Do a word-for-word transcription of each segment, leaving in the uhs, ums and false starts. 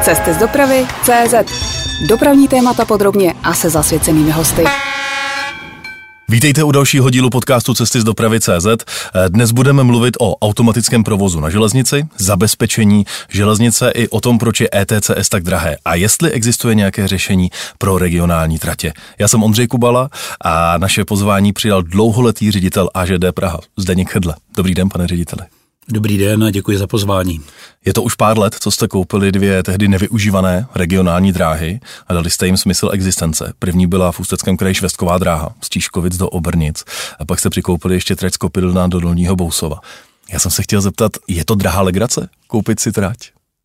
Cesty z dopravy tečka cé zet. Dopravní témata podrobně a se zasvěcenými hosty. Vítejte u dalšího dílu podcastu Cesty z dopravy tečka cé zet. Dnes budeme mluvit o automatickém provozu na železnici, zabezpečení železnice i o tom, proč je é té cé es tak drahé a jestli existuje nějaké řešení pro regionální tratě. Já jsem Ondřej Kubala a naše pozvání přijal dlouholetý ředitel á žé dé Praha, Zdeněk Hedle. Dobrý den, pane řediteli. Dobrý den a děkuji za pozvání. Je to už pár let, co jste koupili dvě tehdy nevyužívané regionální dráhy a dali jste jim smysl existence. První byla v Ústeckém kraji Švestková dráha z Číškovic do Obrnic a pak jste přikoupili ještě trať z Kopydlna do Dolního Bousova. Já jsem se chtěl zeptat, je to drahá legrace koupit si trať?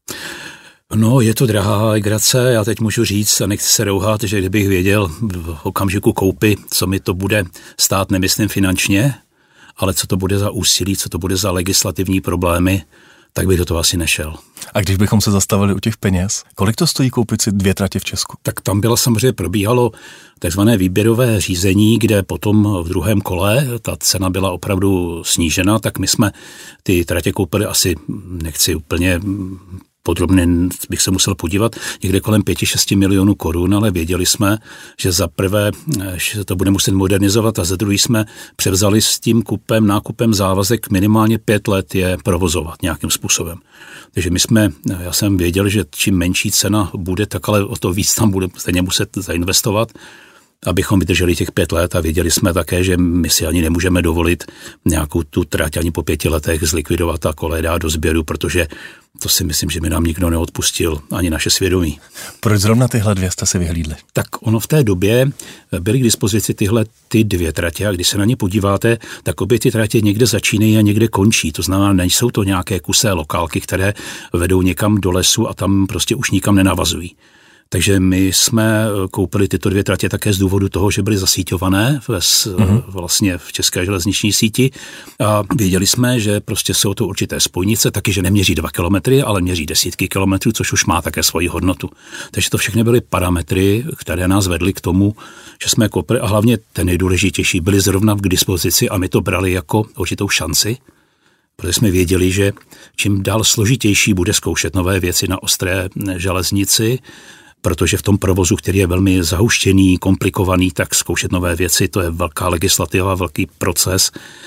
No, je to drahá legrace, já teď můžu říct a nechci se rouhat, že kdybych věděl v okamžiku koupy, co mi to bude stát, nemyslím finančně, ale co to bude za úsilí, co to bude za legislativní problémy, tak bych do toho asi nešel. A když bychom se zastavili u těch peněz, kolik to stojí koupit si dvě tratě v Česku? Tak tam bylo samozřejmě probíhalo takzvané výběrové řízení, kde potom v druhém kole ta cena byla opravdu snížena, tak my jsme ty tratě koupili asi, nechci úplně podrobně bych se musel podívat, někde kolem pět až šest milionů korun, ale věděli jsme, že za prvé že to bude muset modernizovat a za druhý jsme převzali s tím kupem, nákupem závazek minimálně pět let je provozovat nějakým způsobem. Takže my jsme, já jsem věděl, že čím menší cena bude, tak ale o to víc tam bude stejně muset zainvestovat, abychom vydrželi těch pět let a věděli jsme také, že my si ani nemůžeme dovolit nějakou tu trať ani po pěti letech zlikvidovat a kolej dát do sběru, protože to si myslím, že mi nám nikdo neodpustil, ani naše svědomí. Proč zrovna tyhle dvě jste si vyhlídli? Tak ono v té době byly k dispozici tyhle ty dvě tratě a když se na ně podíváte, tak obě ty tratě někde začínají a někde končí. To znamená, nejsou to nějaké kusé lokálky, které vedou někam do lesu a tam prostě už nikam nenavazují. Takže my jsme koupili tyto dvě tratě také z důvodu toho, že byly zasíťované mm-hmm. vlastně v české železniční síti a věděli jsme, že prostě jsou to určité spojnice, taky, že neměří dva kilometry, ale měří desítky kilometrů, což už má také svoji hodnotu. Takže to všechny byly parametry, které nás vedly k tomu, že jsme koupili a hlavně ten nejdůležitější byly zrovna k dispozici a my to brali jako určitou šanci, protože jsme věděli, že čím dál složitější bude zkoušet nové věci na ostré železnici, protože v tom provozu, který je velmi zahuštěný, komplikovaný, tak zkoušet nové věci, to je velká legislativa, velký proces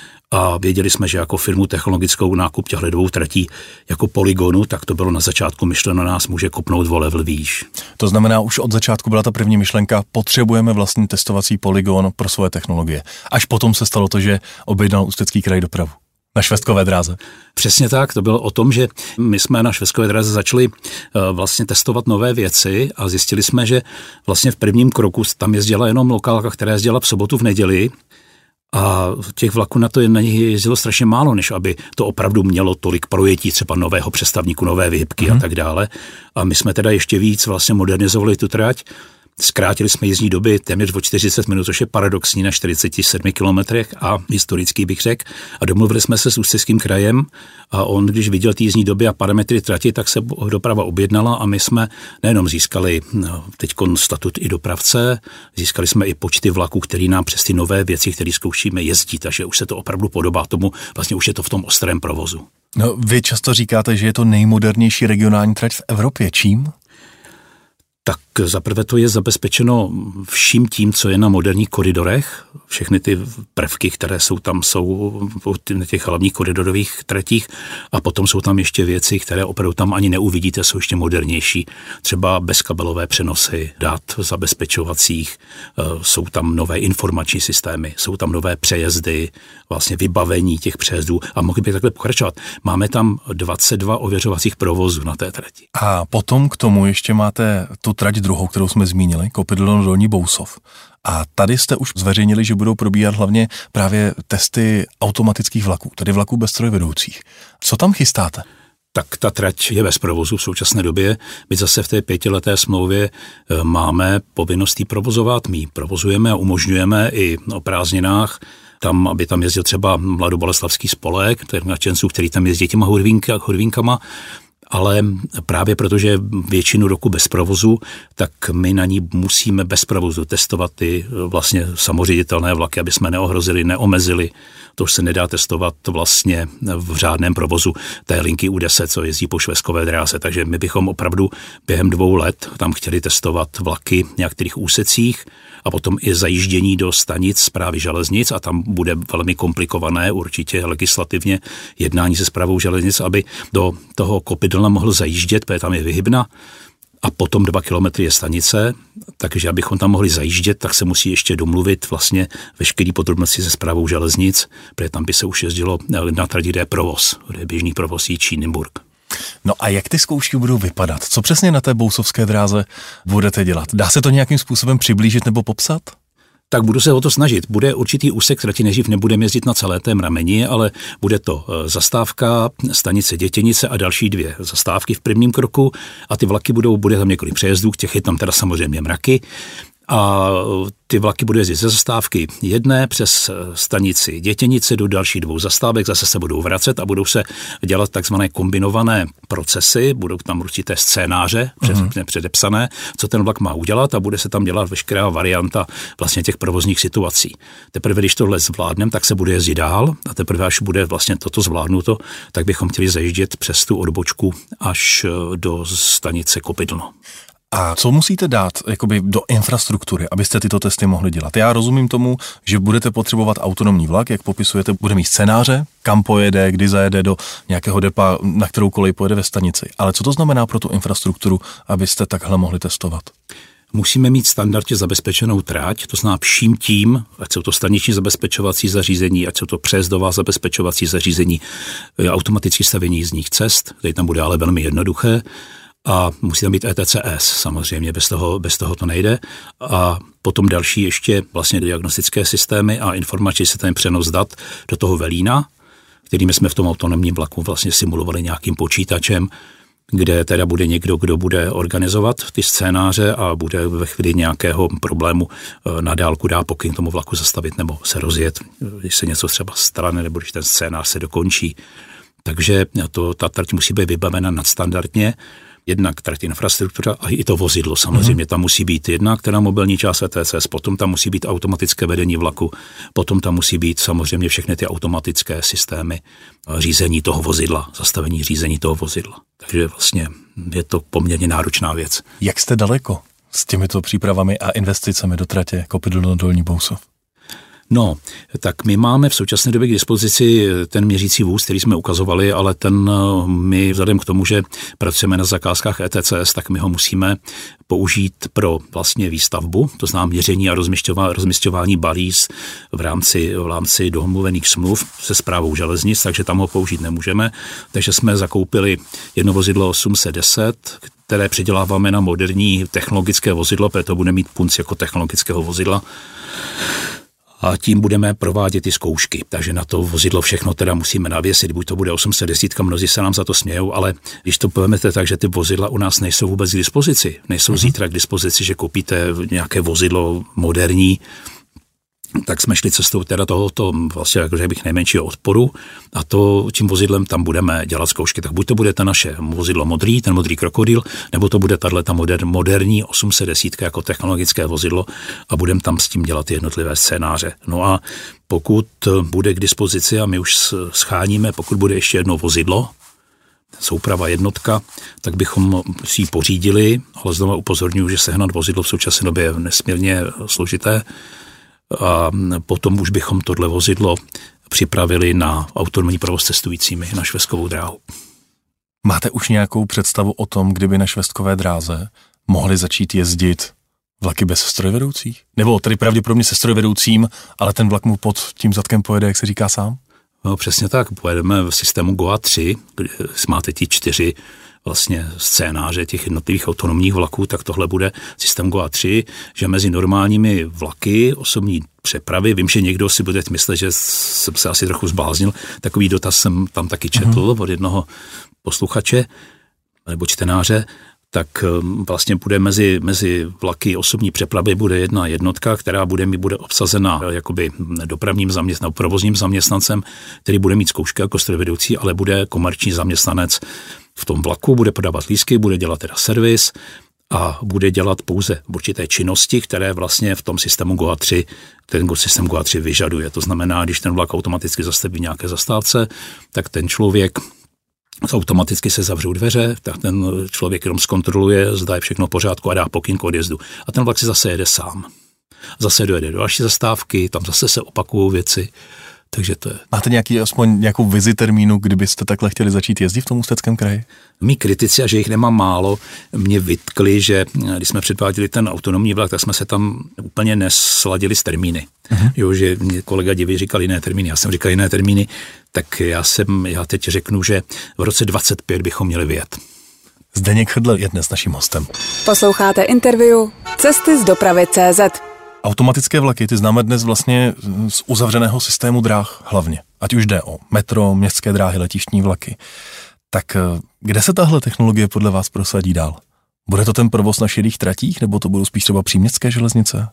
a věděli jsme, že jako firmu technologickou nákup těchto dvou tratí jako polygonu, tak to bylo na začátku myšleno, nás může kopnout o level výš. To znamená, už od začátku byla ta první myšlenka, potřebujeme vlastní testovací polygon pro svoje technologie. Až potom se stalo to, že objednal Ústecký kraj dopravu. Na Švestkové dráze. Přesně tak, to bylo o tom, že my jsme na Švestkové dráze začali vlastně testovat nové věci a zjistili jsme, že vlastně v prvním kroku tam jezdila jenom lokálka, která jezdila v sobotu v neděli a těch vlaků na to na nich jezdilo strašně málo, než aby to opravdu mělo tolik projetí třeba nového přestavníku, nové výhybky mm-hmm. a tak dále. A my jsme teda ještě víc vlastně modernizovali tu trať. Zkrátili jsme jízdní doby téměř o čtyřicet minut, což je paradoxní na čtyřiceti sedmi kilometrech a historický bych řekl. A domluvili jsme se s Ústeckým krajem a on, když viděl ty jízdní doby a parametry trati, tak se doprava objednala a my jsme nejenom získali no, teďkon statut i dopravce, získali jsme i počty vlaků, který nám přes ty nové věci, které zkoušíme, jezdí, takže už se to opravdu podobá tomu, vlastně už je to v tom ostrém provozu. No, vy často říkáte, že je to nejmodernější regionální trať v Evropě. Čím? Tak zaprvé to je zabezpečeno vším tím, co je na moderních koridorech. Všechny ty prvky, které jsou tam, jsou na těch hlavních koridorových tratích a potom jsou tam ještě věci, které opravdu tam ani neuvidíte, jsou ještě modernější. Třeba bezkabelové přenosy dat zabezpečovacích, jsou tam nové informační systémy, jsou tam nové přejezdy, vlastně vybavení těch přejezdů a mohli bych takhle pokračovat. Máme tam dvacet dva ověřovacích provozů na té trati. A potom k tomu ještě máte tu trať druhou, kterou jsme zmínili, Kopydlno Dolní Bousov. A tady jste už zveřejnili, že budou probíhat hlavně právě testy automatických vlaků, tedy vlaků bez strojvedoucích. Co tam chystáte? Tak ta trať je bez provozu v současné době. My zase v té pětileté smlouvě máme povinnost jí provozovat. My ji provozujeme a umožňujeme i o prázdninách tam, aby tam jezdil třeba Mladoboleslavský spolek, těch nadšenců, který tam jezdí těma hurvínky, hurvínkama. ale právě protože většinu roku bez provozu, tak my na ní musíme bez provozu testovat ty vlastně samoředitelné vlaky, aby jsme neohrozili, neomezili. To už se nedá testovat vlastně v řádném provozu té linky U deset, co jezdí po švestkové dráze. Takže my bychom opravdu během dvou let tam chtěli testovat vlaky v některých úsecích a potom i zajíždění do stanic Správy železnic a tam bude velmi komplikované určitě legislativně jednání se Správou železnic, aby do toho Kopidlna mohl zajíždět, protože tam je vyhybna a potom dva kilometry je stanice, takže abychom tam mohli zajíždět, tak se musí ještě domluvit vlastně veškerý podrobnosti se Správou železnic, protože tam by se už jezdilo na trati, kde je provoz, kde je běžný provoz Jičín Nymburk. No a jak ty zkoušky budou vypadat? Co přesně na té bousovské dráze budete dělat? Dá se to nějakým způsobem přiblížit nebo popsat? Tak budu se o to snažit. Bude určitý úsek trati, nejdřív nebudeme jezdit na celé tém rameni, ale bude to zastávka, stanice Dětěnice a další dvě zastávky v prvním kroku a ty vlaky budou, bude tam několik přejezdů, těch je tam teda samozřejmě mraky. A ty vlaky budou jezdit ze zastávky jedné přes stanici Dětěnice do dalších dvou zastávek, zase se budou vracet a budou se dělat takzvané kombinované procesy, budou tam určité scénáře uh-huh. předepsané, co ten vlak má udělat a bude se tam dělat veškerá varianta vlastně těch provozních situací. Teprve, když tohle zvládneme, tak se bude jezdit dál a teprve, až bude vlastně toto zvládnuto, tak bychom chtěli zajíždět přes tu odbočku až do stanice Kopidlno. A co musíte dát jakoby do infrastruktury, abyste tyto testy mohli dělat? Já rozumím tomu, že budete potřebovat autonomní vlak, jak popisujete, bude mít scénáře, kam pojede, kdy zajede do nějakého depa, na kterou kolej pojede ve stanici. Ale co to znamená pro tu infrastrukturu, abyste takhle mohli testovat? Musíme mít standardně zabezpečenou trať, to znamená vším tím, ať jsou to staniční zabezpečovací zařízení, ať jsou to přejezdová zabezpečovací zařízení, automatické stavění jízdních cest, tady tam bude ale velmi jednoduché. A musí tam být E T C S, samozřejmě, bez toho, bez toho to nejde. A potom další ještě vlastně diagnostické systémy a informační systém přenos dat do toho velína, kterými jsme v tom autonomním vlaku vlastně simulovali nějakým počítačem, kde teda bude někdo, kdo bude organizovat ty scénáře a bude ve chvíli nějakého problému na dálku dá pokyn tomu vlaku zastavit nebo se rozjet, když se něco třeba stane nebo když ten scénář se dokončí. Takže to, ta trať musí být vybavena nadstandardně. Jednak trať infrastruktura a i to vozidlo samozřejmě. Mm-hmm. Tam musí být jednak teda mobilní část E T C S, potom tam musí být automatické vedení vlaku, potom tam musí být samozřejmě všechny ty automatické systémy řízení toho vozidla, zastavení řízení toho vozidla. Takže vlastně je to poměrně náročná věc. Jak jste daleko s těmito přípravami a investicemi do tratě Kopidlno Dolní Bousov? No, tak my máme v současné době k dispozici ten měřící vůz, který jsme ukazovali, ale ten my vzhledem k tomu, že pracujeme na zakázkách E T C S, tak my ho musíme použít pro vlastně výstavbu, to znamená měření a rozmisťování balíz v rámci, v rámci domluvených smluv se Správou železnic, takže tam ho použít nemůžeme. Takže jsme zakoupili jedno vozidlo osm set deset, které předěláváme na moderní technologické vozidlo, protože to bude mít punc jako technologického vozidla. A tím budeme provádět ty zkoušky. Takže na to vozidlo všechno teda musíme navěsit, buď to bude osm set deset, mnozí se nám za to smějou, ale když to povemete tak, že ty vozidla u nás nejsou vůbec k dispozici, nejsou mm-hmm. zítra k dispozici, že koupíte nějaké vozidlo moderní, tak jsme šli cestou teda tohoto vlastně, jakože bych nejmenšího odporu a to tím vozidlem tam budeme dělat zkoušky. Tak buď to bude to naše vozidlo modrý, ten modrý krokodýl, nebo to bude tato moder, moderní osm set deset jako technologické vozidlo a budeme tam s tím dělat jednotlivé scénáře. No a pokud bude k dispozici a my už scháníme, pokud bude ještě jedno vozidlo, souprava jednotka, tak bychom si ji pořídili, ale znovu upozorňuji, že sehnat vozidlo v současné době je nesmírně složité. A potom už bychom tohle vozidlo připravili na autonomní provoz cestujícími na švestkovou dráhu. Máte už nějakou představu o tom, kdyby na švestkové dráze mohly začít jezdit vlaky bez strojvedoucích? Nebo tedy pravděpodobně se strojvedoucím, ale ten vlak mu pod tím zadkem pojede, jak se říká sám? No, přesně tak. Pojedeme v systému G O A tři, kde máte ti čtyři vlastně scénáře těch jednotlivých autonomních vlaků, tak tohle bude systém G O A tři, že mezi normálními vlaky osobní přepravy, vím, že někdo si bude myslet, že jsem se asi trochu zbláznil, takový dotaz jsem tam taky četl mm-hmm. od jednoho posluchače nebo čtenáře, tak vlastně bude mezi, mezi vlaky osobní přepravy bude jedna jednotka, která bude, bude obsazena jakoby dopravním zaměstnancem, provozním zaměstnancem, který bude mít zkoušky jako strojvedoucí, ale bude komerční zaměstnanec v tom vlaku, bude podávat lístky, bude dělat teda servis a bude dělat pouze určité činnosti, které vlastně v tom systému G O A tři, ten systém G O A tři vyžaduje. To znamená, když ten vlak automaticky zastaví nějaké zastávce, tak ten člověk automaticky se zavřou dveře, tak ten člověk jenom zkontroluje, zda je všechno v pořádku a dá pokyn k odjezdu. A ten vlak si zase jede sám. Zase dojede do další zastávky, tam zase se opakují věci. Takže to je. Máte nějaký, aspoň nějakou vizi termínu, kdybyste takhle chtěli začít jezdit v tom Ústeckém kraji? Mí kritici, a že jich nemám málo, mě vytkli, že když jsme předváděli ten autonomní vlak, tak jsme se tam úplně nesladili s termíny. Uh-huh. Jo, že mě kolega Divy říkal jiné termíny, já jsem říkal jiné termíny, tak já jsem, já teď řeknu, že v roce dvacet pět bychom měli vyjet. Zdeněk Chdl je dnes naším hostem. Posloucháte interview Cesty z dopravy tečka cé zet. Automatické vlaky, ty známe dnes vlastně z uzavřeného systému dráh hlavně. Ať už jde o metro, městské dráhy, letištní vlaky. Tak kde se tahle technologie podle vás prosadí dál? Bude to ten provoz na širých tratích, nebo to budou spíš třeba příměstské železnice?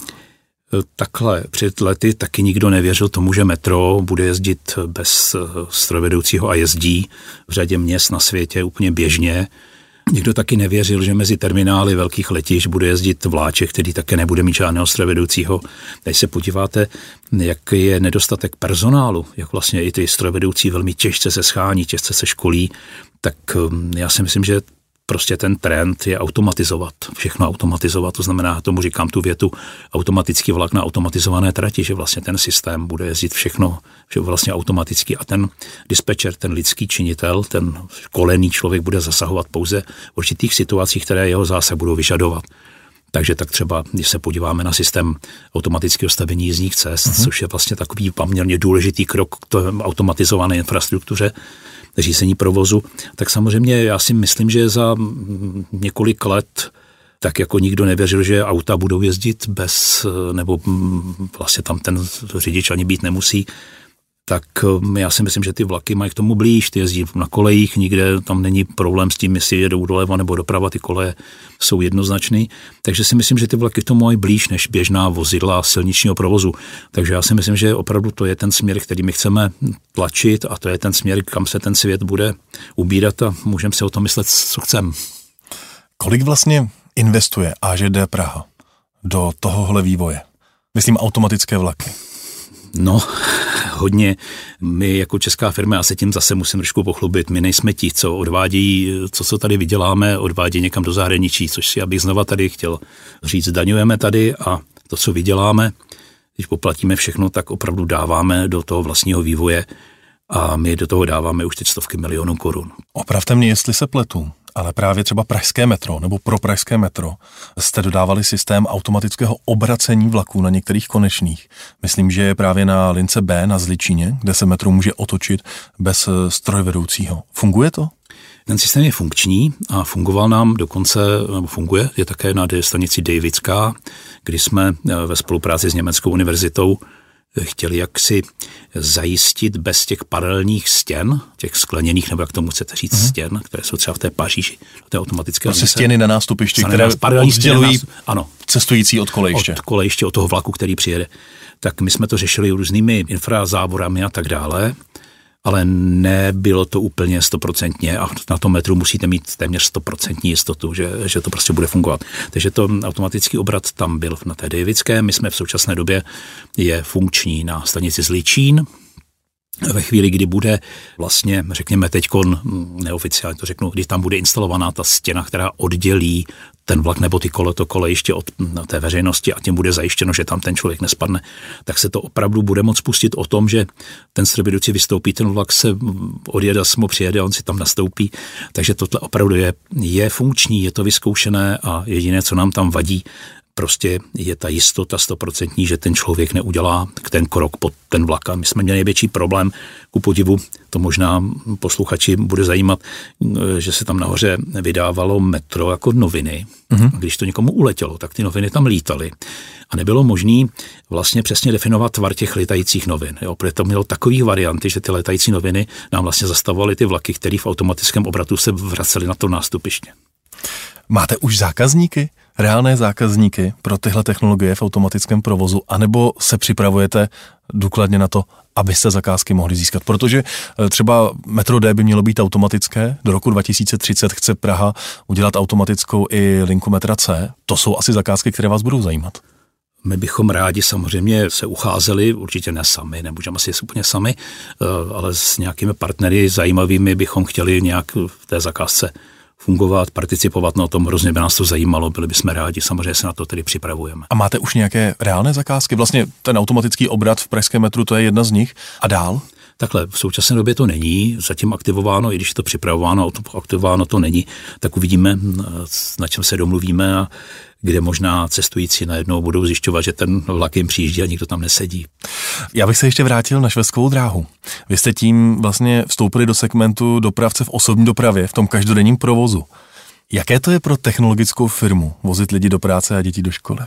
Takhle, před lety taky nikdo nevěřil tomu, že metro bude jezdit bez strojvedoucího a jezdí v řadě měst na světě úplně běžně. Nikdo taky nevěřil, že mezi terminály velkých letišť bude jezdit vláček, který také nebude mít žádného strojvedoucího. Když se podíváte, jak je nedostatek personálu, jak vlastně i ty strojvedoucí velmi těžce se schání, těžce se školí, tak já si myslím, že prostě ten trend je automatizovat, všechno automatizovat, to znamená, tomu říkám tu větu, automatický vlak na automatizované trati, že vlastně ten systém bude jezdit všechno, že vlastně automaticky a ten dispečer, ten lidský činitel, ten školený člověk bude zasahovat pouze v určitých situacích, které jeho zásah budou vyžadovat. Takže tak třeba, když se podíváme na systém automatického stavění jízdních cest, uh-huh. což je vlastně takový poměrně důležitý krok k té automatizované infrastruktuře, řízení provozu, tak samozřejmě já si myslím, že za několik let tak jako nikdo nevěřil, že auta budou jezdit bez, nebo vlastně tam ten řidič ani být nemusí, tak já si myslím, že ty vlaky mají k tomu blíž, ty jezdí na kolejích, nikde tam není problém s tím, jestli jedou doleva nebo doprava, ty koleje jsou jednoznačný, takže si myslím, že ty vlaky k tomu mají blíž než běžná vozidla silničního provozu. Takže já si myslím, že opravdu to je ten směr, který my chceme tlačit a to je ten směr, kam se ten svět bude ubírat a můžeme si o tom myslet, co chceme. Kolik vlastně investuje á žé dé Praha do tohohle vývoje? Myslím automatické vlaky. No, hodně. My jako česká firma, já se tím zase musím trošku pochlubit, my nejsme ti, co odvádí, co, co tady vyděláme, odvádí někam do zahraničí, což si já bych znova tady chtěl říct, daňujeme tady a to, co vyděláme, když poplatíme všechno, tak opravdu dáváme do toho vlastního vývoje a my do toho dáváme už teď stovky milionů korun. Opravte mě, jestli se pletu, ale právě třeba pražské metro nebo pro pražské metro jste dodávali systém automatického obracení vlaků na některých konečných. Myslím, že je právě na lince B na Zličíně, kde se metro může otočit bez strojvedoucího. Funguje to? Ten systém je funkční a fungoval nám dokonce, nebo funguje, je také na stanici Davická, kdy jsme ve spolupráci s Německou univerzitou chtěli jaksi zajistit bez těch paralelních stěn, těch skleněných, nebo jak tomu chcete říct, uh-huh. stěn, které jsou třeba v té Paříži, v té automatické prostě stěny na nástupišti, které oddělují ano, cestující od kolejiště. Od kolejiště, od toho vlaku, který přijede. Tak my jsme to řešili různými infrazávorami a tak dále, ale nebylo to úplně stoprocentně a na tom metru musíte mít téměř stoprocentní jistotu, že, že to prostě bude fungovat. Takže to automatický obrat tam byl na té Davické, my jsme v současné době je funkční na stanici Zličín. Ve chvíli, kdy bude vlastně, řekněme teďkon, neoficiálně to řeknu, kdy tam bude instalovaná ta stěna, která oddělí ten vlak nebo ty kole, to kolejiště od té veřejnosti a tím bude zajištěno, že tam ten člověk nespadne, tak se to opravdu bude moct pustit o tom, že ten strojvedoucí vystoupí, ten vlak se odjede, mu přijede, on si tam nastoupí. Takže tohle opravdu je, je funkční, je to vyzkoušené a jediné, co nám tam vadí, prostě je ta jistota stoprocentní, že ten člověk neudělá ten krok pod ten vlak. A my jsme měli největší problém, ku podivu, to možná posluchači bude zajímat, že se tam nahoře vydávalo metro jako noviny. Mm-hmm. A když to někomu uletělo, tak ty noviny tam lítaly. A nebylo možné vlastně přesně definovat tvar těch letajících novin. Jo, protože to mělo takových varianty, že ty letající noviny nám vlastně zastavovaly ty vlaky, které v automatickém obratu se vracely na to nástupiště. Máte už zákazníky? reálné zákazníky pro tyhle technologie v automatickém provozu, anebo se připravujete důkladně na to, abyste zakázky mohli získat? Protože třeba metro D by mělo být automatické, do roku dva tisíce třicet chce Praha udělat automatickou i linku metra C. To jsou asi zakázky, které vás budou zajímat. My bychom rádi samozřejmě se ucházeli, určitě ne sami, nemůžeme asi úplně sami, ale s nějakými partnery zajímavými bychom chtěli nějak v té zakázce fungovat, participovat na tom, hrozně by nás to zajímalo, byli bychom rádi, samozřejmě se na to tedy připravujeme. A máte už nějaké reálné zakázky? Vlastně ten automatický obrat v pražském metru, to je jedna z nich. A dál? Takhle, v současné době to není zatím aktivováno, i když je to připravováno, aktivováno to není, tak uvidíme, na čem se domluvíme a kde možná cestující najednou budou zjišťovat, že ten vlak jim přijíždí a nikdo tam nesedí. Já bych se ještě vrátil na švestkovou dráhu. Vy jste tím vlastně vstoupili do segmentu dopravce v osobní dopravě, v tom každodenním provozu. Jaké to je pro technologickou firmu vozit lidi do práce a děti do školy?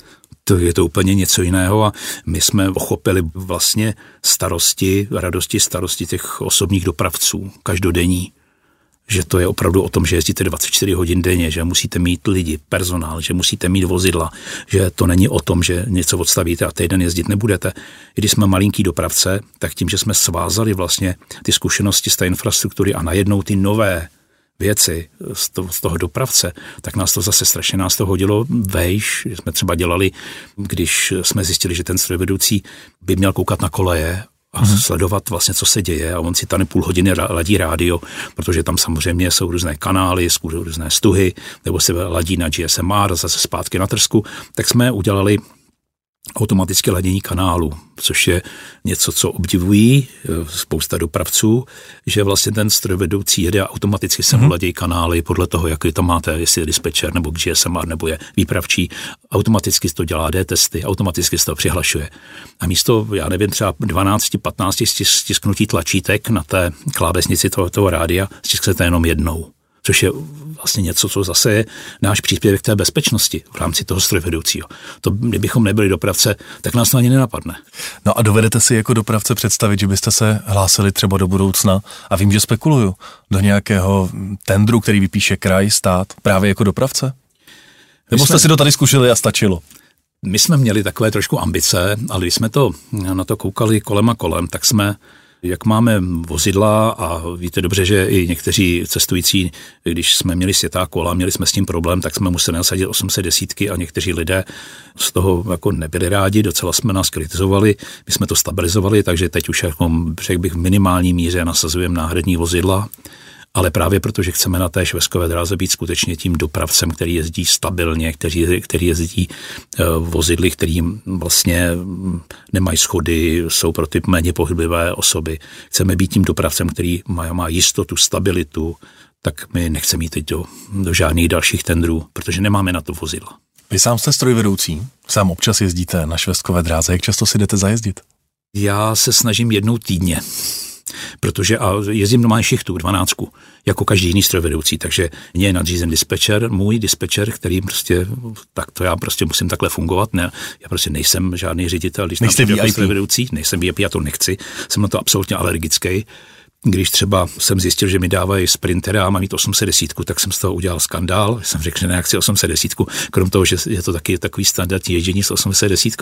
To je to úplně něco jiného a my jsme pochopili vlastně starosti, radosti starosti těch osobních dopravců, každodenní. Že to je opravdu o tom, že jezdíte dvacet čtyři hodin denně, že musíte mít lidi, personál, že musíte mít vozidla, že to není o tom, že něco odstavíte a týden jezdit nebudete. I když jsme malinký dopravce, tak tím, že jsme svázali vlastně ty zkušenosti z té infrastruktury a najednou ty nové věci z toho, z toho dopravce, tak nás to zase strašně nás to hodilo vejš. Jsme třeba dělali, když jsme zjistili, že ten strojvedoucí by měl koukat na koleje a hmm. sledovat vlastně, co se děje a on si tady půl hodiny ladí rádio, protože tam samozřejmě jsou různé kanály, jsou různé stuhy, nebo se ladí na G S M R a zase zpátky na trsku, tak jsme udělali automatické ladění kanálu, což je něco, co obdivují spousta dopravců, že vlastně ten strojvedoucí jede a automaticky se mu mm-hmm. ladějí kanály podle toho, jaký tam máte, jestli je dispečer nebo G S M R nebo je výpravčí. Automaticky to dělá D-testy, automaticky se to přihlašuje. A místo, já nevím, třeba dvanáct patnáct stisknutí tlačítek na té klávesnici toho, toho rádia, stisknete jenom jednou. Což je vlastně něco, co zase je náš příspěvek té bezpečnosti v rámci toho strojvedoucího. To, kdybychom nebyli dopravce, tak nás to ani nenapadne. No a dovedete si jako dopravce představit, že byste se hlásili třeba do budoucna, a vím, že spekuluju, do nějakého tendru, který vypíše kraj, stát, právě jako dopravce? Nebo jste jsme... si to tady zkušili a stačilo? My jsme měli takové trošku ambice, ale když jsme to na to koukali kolem a kolem, tak jsme jak máme vozidla a víte dobře, že i někteří cestující, když jsme měli světá kola, měli jsme s tím problém, tak jsme museli nasadit osm set desítky a někteří lidé z toho jako nebyli rádi, docela jsme nás kritizovali, my jsme to stabilizovali, takže teď už jako řekl bych v minimální míře nasazujeme náhradní vozidla, ale právě protože chceme na té švestkové dráze být skutečně tím dopravcem, který jezdí stabilně, který, který jezdí uh, vozidly, který vlastně nemají schody, jsou pro ty méně pohyblivé osoby. Chceme být tím dopravcem, který má, má jistotu, stabilitu, tak my nechceme jít teď do, do žádných dalších tendrů, protože nemáme na to vozidla. Vy sám jste strojvedoucí, sám občas jezdíte na švestkové dráze, jak často si jdete zajezdit? Já se snažím jednou týdně. Protože a jezdím normálně šichtu, dvanáctku, jako každý jiný strojvedoucí, takže mě je nadřízen dispečer, můj dispečer, který prostě, tak to já prostě musím takhle fungovat, ne, já prostě nejsem žádný ředitel, když nejste tam jako strojvedoucí, nejsem V I P, já to nechci, jsem na to absolutně alergický. Když třeba jsem zjistil, že mi dávají sprintera a mám mít osm set deset, tak jsem z toho udělal skandál. Jsem řekl, že nechci osm set deset, krom toho, že je to taky takový standardní ježdění s osm set deset,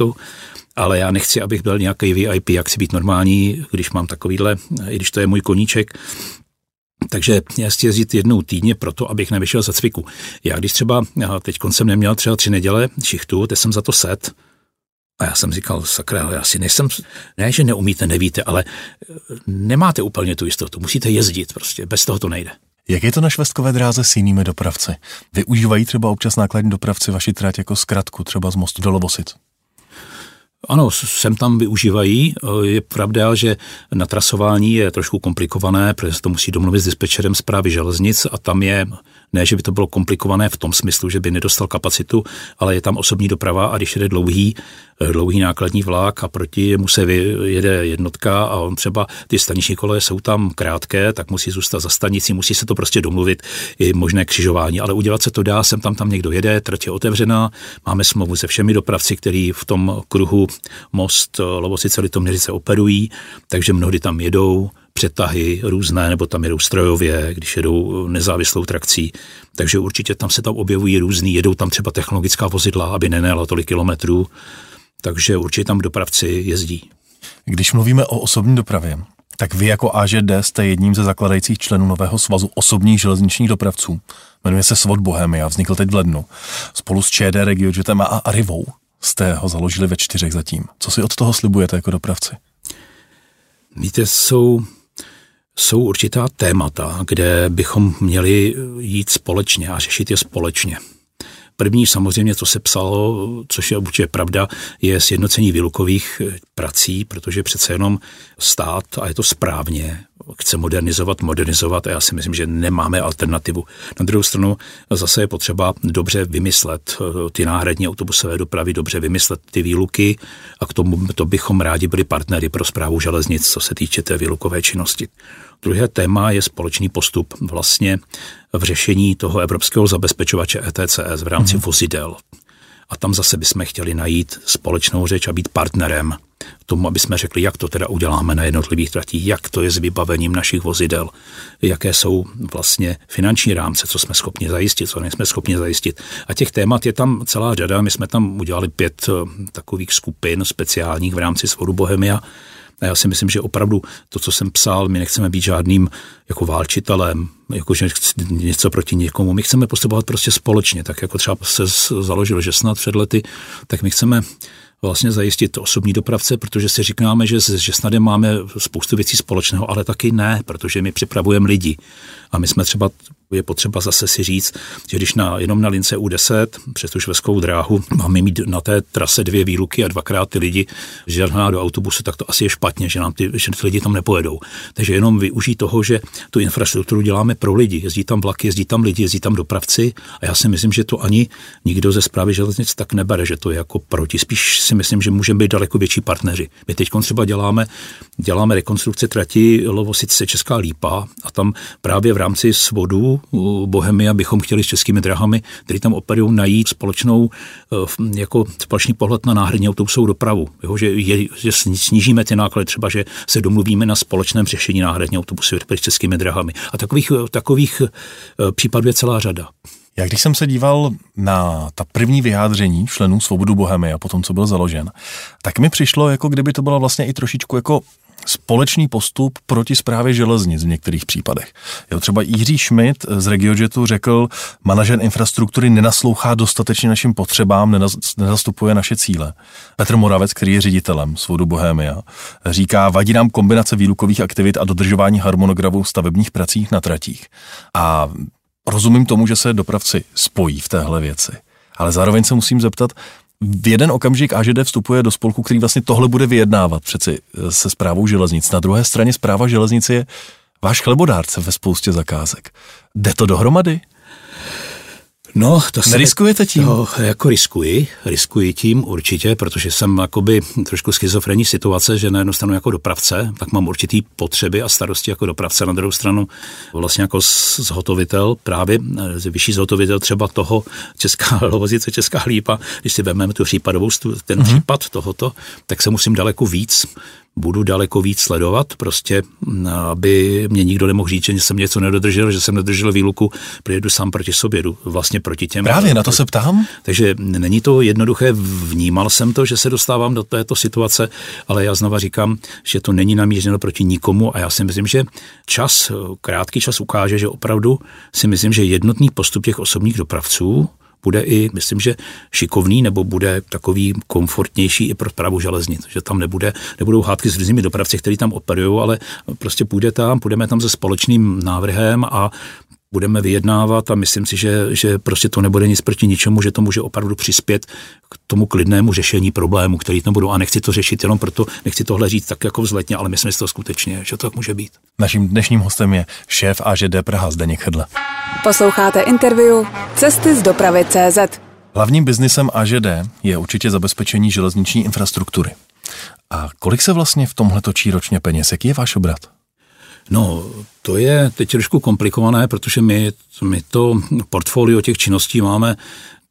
ale já nechci, abych byl nějaký V I P, jak si být normální, když mám takovýhle, i když to je můj koníček. Takže já chci jezdit jednou týdně proto, abych nevyšel ze cviku. Já když třeba, teď jsem neměl třeba tři neděle šichtu, teď jsem za to set. A já jsem říkal, sakra, ale já si nejsem, ne, že neumíte, nevíte, ale nemáte úplně tu jistotu, musíte jezdit prostě, bez toho to nejde. Jak je to na švestkové dráze s jinými dopravci? Využívají třeba občas nákladní dopravci vaši trať jako zkratku, třeba z Mostu do Lovosic? Ano, sem tam využívají. Je pravda, že na trasování je trošku komplikované, protože se to musí domluvit s dispečerem Správy železnic a tam je, ne, že by to bylo komplikované v tom smyslu, že by nedostal kapacitu, ale je tam osobní doprava a když jede dlouhý, dlouhý nákladní vlak a proti mu se jede jednotka a on třeba ty staniční koleje jsou tam krátké, tak musí zůstat za stanicí, musí se to prostě domluvit, je možné křižování, ale udělat se to dá, sem tam tam někdo jede, trať je otevřená, máme smlouvu se všemi dopravci, který v tom kruhu Most, Lovosice, Litoměřice operují, takže mnohdy tam jedou, přetahy různé, nebo tam jedou strojově, když jedou nezávislou trakcí. Takže určitě tam se tam objevují různý, jedou tam třeba technologická vozidla, aby nenajela tolik kilometrů. Takže určitě tam dopravci jezdí. Když mluvíme o osobní dopravě, tak vy jako A Ž D jste jedním ze zakladajících členů nového svazu osobních železničních dopravců. Jmenuje se Svod Bohemia, vznikl teď v lednu. Spolu s ČD Regiojetem a Arrivou jste ho založili ve čtyřech zatím. Co si od toho slibujete jako dopravci? Víte, jsou, jsou určitá témata, kde bychom měli jít společně a řešit je společně. První samozřejmě, co se psalo, což je určitě pravda, je sjednocení výlukových prací, protože přece jenom stát, a je to správně, chce modernizovat, modernizovat a já si myslím, že nemáme alternativu. Na druhou stranu zase je potřeba dobře vymyslet ty náhradní autobusové dopravy, dobře vymyslet ty výluky a k tomu to bychom rádi byli partnery pro správu železnic, co se týče té výlukové činnosti. Druhé téma je společný postup vlastně v řešení toho evropského zabezpečovače E T C S v rámci mm. vozidel. A tam zase bychom chtěli najít společnou řeč a být partnerem tomu, aby jsme řekli, jak to teda uděláme na jednotlivých tratích, jak to je s vybavením našich vozidel, jaké jsou vlastně finanční rámce, co jsme schopni zajistit, co nejsme schopni zajistit. A těch témat je tam celá řada. My jsme tam udělali pět takových skupin speciálních v rámci Svodu Bohemia. A já si myslím, že opravdu to, co jsem psal, my nechceme být žádným jako válčitelem, jakože něco proti někomu. My chceme postupovat prostě společně, tak jako třeba se založil že snad před lety, tak my chceme vlastně zajistit osobní dopravce, protože si říkáme, že s Žesnadem máme spoustu věcí společného, ale taky ne, protože my připravujeme lidi. A my jsme třeba, je potřeba zase si říct, že když na, jenom na lince U deset přes tu švestskou dráhu máme mít na té trase dvě výluky a dvakrát ty lidi žádná do autobusu, tak to asi je špatně, že nám ty, že ty lidi tam nepojedou. Takže jenom využít toho, že tu infrastrukturu děláme pro lidi. Jezdí tam vlaky, jezdí tam lidi, jezdí tam dopravci a já si myslím, že to ani nikdo ze správy železnic tak nebere, že to je jako proti. Spíš si myslím, že můžeme být daleko větší partneři. My teď třeba děláme, děláme rekonstrukce trati Lovosice Česká Lípa a tam právě v rámci Svodu Bohemia bychom chtěli s Českými dráhami, který tam operují, najít společnou, jako společný pohled na náhradní autobusovou dopravu. Jo, že, je, že snížíme ty náklady, třeba, že se domluvíme na společném řešení náhradní autobusové dopravy s Českými dráhami. A takových, takových případů je celá řada. Já když jsem se díval na ta první vyjádření členů Svobodu Bohemia po tom, co byl založen, tak mi přišlo, jako kdyby to byla vlastně i trošičku jako společný postup proti správě železnic v některých případech. Jo, třeba Jiří Schmidt z Regiojetu řekl, manažer infrastruktury nenaslouchá dostatečně našim potřebám, nezastupuje naše cíle. Petr Moravec, který je ředitelem Svobodu Bohemia, říká, vadí nám kombinace výlukových aktivit a dodržování harmonogramu stavebních prací na tratích. A rozumím tomu, že se dopravci spojí v téhle věci, ale zároveň se musím zeptat, v jeden okamžik A Ž D vstupuje do spolku, který vlastně tohle bude vyjednávat přeci se správou železnic. Na druhé straně správa železnic je váš chlebodárce ve spoustě zakázek. Jde to dohromady? No, to se... Neriskujete tím? To jako riskuji, riskuji tím určitě, protože jsem jakoby trošku schizofrenní situace, že na jednu stranu jako dopravce, tak mám určitý potřeby a starosti jako dopravce, na druhou stranu vlastně jako zhotovitel, právě vyšší zhotovitel třeba toho Česká Lovozice, Česká Lípa, když si vezmeme tu případovou, ten mm-hmm. případ tohoto, tak se musím daleko víc budu daleko víc sledovat, prostě, aby mě nikdo nemohl říct, že jsem něco nedodržel, že jsem nedodržel výluku, přijedu sám proti sobě, jdu vlastně proti těm. Právě na to se ptám. Takže není to jednoduché, vnímal jsem to, že se dostávám do této situace, ale já znova říkám, že to není namířeno proti nikomu a já si myslím, že čas, krátký čas ukáže, že opravdu si myslím, že jednotný postup těch osobních dopravců bude i, myslím, že šikovný, nebo bude takový komfortnější i pro správu železnic, že tam nebude, nebudou hádky s různými dopravci, kteří tam operují, ale prostě půjde tam, půjdeme tam se společným návrhem a budeme vyjednávat a myslím si, že, že prostě to nebude nic proti ničemu, že to může opravdu přispět k tomu klidnému řešení problému, který tam budou. A nechci to řešit jenom proto, nechci tohle říct tak jako vzletně, ale myslím si to skutečně, že to tak může být. Naším dnešním hostem je šéf A Ž D Praha Zdeněk Chedle. Posloucháte interview Cesty z dopravy tečka cé zet. Hlavním biznisem A Ž D je určitě zabezpečení železniční infrastruktury. A kolik se vlastně v tomhle točí ročně peněz? Jaký je váš obrat? No, to je teď trošku komplikované, protože my, my to portfolio těch činností máme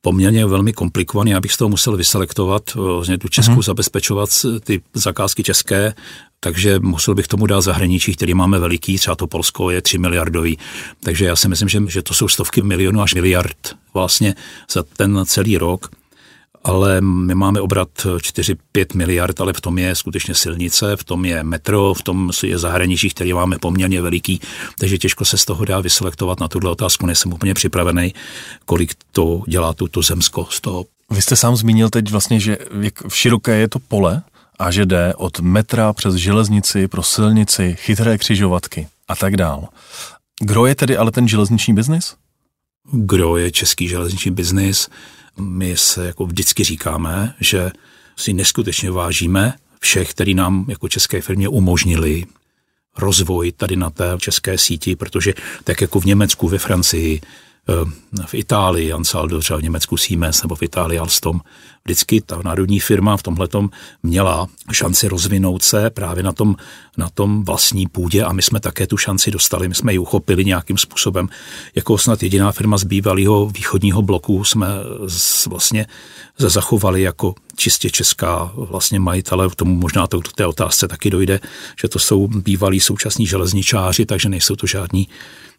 poměrně velmi komplikovaný, abych z toho musel vyselektovat, vlastně tu Česku mm. zabezpečovat ty zakázky české, takže musel bych tomu dát zahraničí, který máme veliký, třeba to Polsko je tři miliardový, takže já si myslím, že, že to jsou stovky milionů až miliard vlastně za ten celý rok, ale my máme obrat čtyři pět miliard, ale v tom je skutečně silnice, v tom je metro, v tom je zahraničí, který máme poměrně veliký, takže těžko se z toho dá vyselektovat. Na tuhle otázku nejsem úplně připravený, kolik to dělá tuto Zemsko z toho. Vy jste sám zmínil teď vlastně, že jak široké je to pole a že jde od metra přes železnici pro silnici, chytré křižovatky a tak dál. Kdo je tedy ale ten železniční biznis? Kdo je český železniční biznis? My se jako vždycky říkáme, že si neskutečně vážíme všech, kteří nám jako české firmě umožnili rozvoj tady na té české síti, protože tak jako v Německu, ve Francii, v Itálii Ansaldo, třeba v Německu Siemens nebo v Itálii Alstom, vždycky ta národní firma v tomhletom měla šanci rozvinout se právě na tom, na tom vlastní půdě a my jsme také tu šanci dostali, my jsme ji uchopili nějakým způsobem. Jako snad jediná firma z bývalého východního bloku jsme vlastně zachovali jako čistě česká vlastně majitele, k tomu možná to k té otázce taky dojde, že to jsou bývalí současní železničáři, takže nejsou to žádní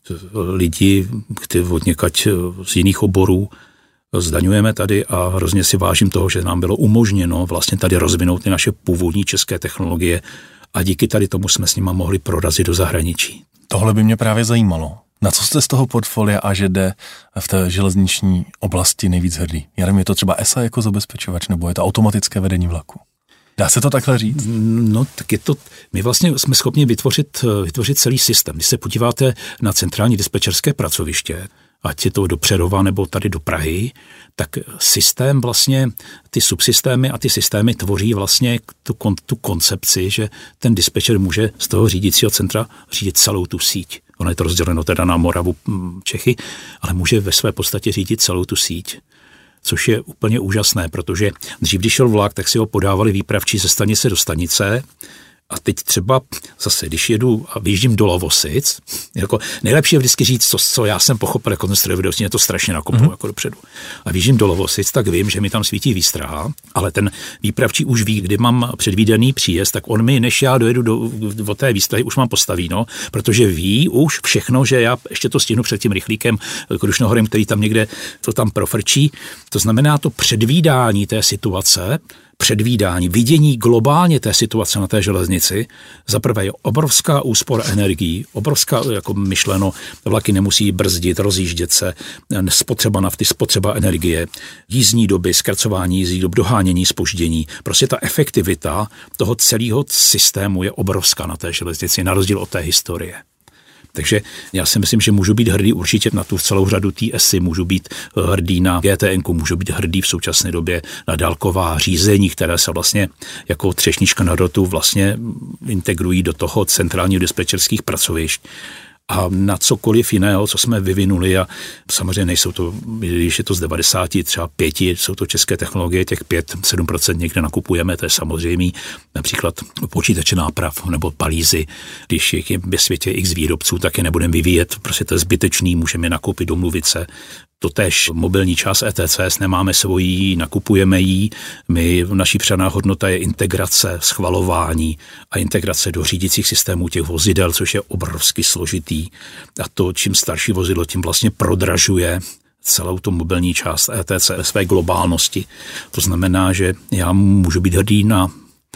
lidi, kteří od někať z jiných oborů zdaňujeme tady a hrozně si vážím toho, že nám bylo umožněno vlastně tady rozvinout ty naše původní české technologie a díky tady tomu jsme s nima mohli prorazit do zahraničí. Tohle by mě právě zajímalo. Na co jste z toho portfolia A Ž D v té železniční oblasti nejvíc hrdý? Já nevím, je to třeba E S A jako zabezpečovač, nebo je to automatické vedení vlaku? Dá se to takhle říct? No, tak je to, my vlastně jsme schopni vytvořit, vytvořit celý systém. Když se podíváte na centrální dispečerské pracoviště, ať je to do Přerova nebo tady do Prahy, tak systém vlastně, ty subsystémy a ty systémy tvoří vlastně tu, tu koncepci, že ten dispečer může z toho řídícího centra řídit celou tu síť. Ono je to rozděleno teda na Moravu, Čechy, ale může ve své podstatě řídit celou tu síť. Což je úplně úžasné, protože dřív, když šel vlak, tak si ho podávali výpravčí ze stanice do stanice a teď třeba zase, když jedu a vyjíždím do Lovosic, jako nejlepší je vždycky říct, co, co já jsem pochopil jako ten strojvedoucí, mě to strašně nakoplo mm-hmm. jako dopředu. A vyjíždím do Lovosic, tak vím, že mi tam svítí výstraha, ale ten výpravčí už ví, kdy mám předvídaný příjezd, tak on mi, než já dojedu do, do té výstrahy, už mám postavíno, protože ví už všechno, že já ještě to stihnu před tím rychlíkem Krušnohorem, který tam někde to tam profrčí. To znamená to předvídání té situace, předvídání, vidění globálně té situace na té železnici. Za prvé je obrovská úspora energií, obrovská, jako myšleno, vlaky nemusí brzdit, rozjíždět se, spotřeba nafty, spotřeba energie, jízdní doby, zkracování jízdní dob, dohánění, zpoždění. Prostě ta efektivita toho celého systému je obrovská na té železnici, na rozdíl od té historie. Takže já si myslím, že můžu být hrdý určitě na tu celou řadu T S I, můžu být hrdý na G T N, můžu být hrdý v současné době na dálková řízení, které se vlastně jako třešnička na dortu vlastně integrují do toho centrálního dispečerských pracovišť. A na cokoliv jiného, co jsme vyvinuli, a samozřejmě nejsou to, když je to z devadesát, třeba pěti, jsou to české technologie, těch pět sedm procent někde nakupujeme, to je samozřejmě například počítače náprav nebo palízy, když je ve světě x výrobců, tak je nebudeme vyvíjet, prostě to je zbytečný, můžeme je nakoupit, domluvit se. Totéž mobilní část E T C S, nemáme svoji, nakupujeme ji, my, naší přidaná hodnota je integrace, schvalování a integrace do řídících systémů těch vozidel, což je obrovsky složitý. A to, čím starší vozidlo, tím vlastně prodražuje celou tu mobilní část E T C ve své globálnosti. To znamená, že já můžu být hrdý na,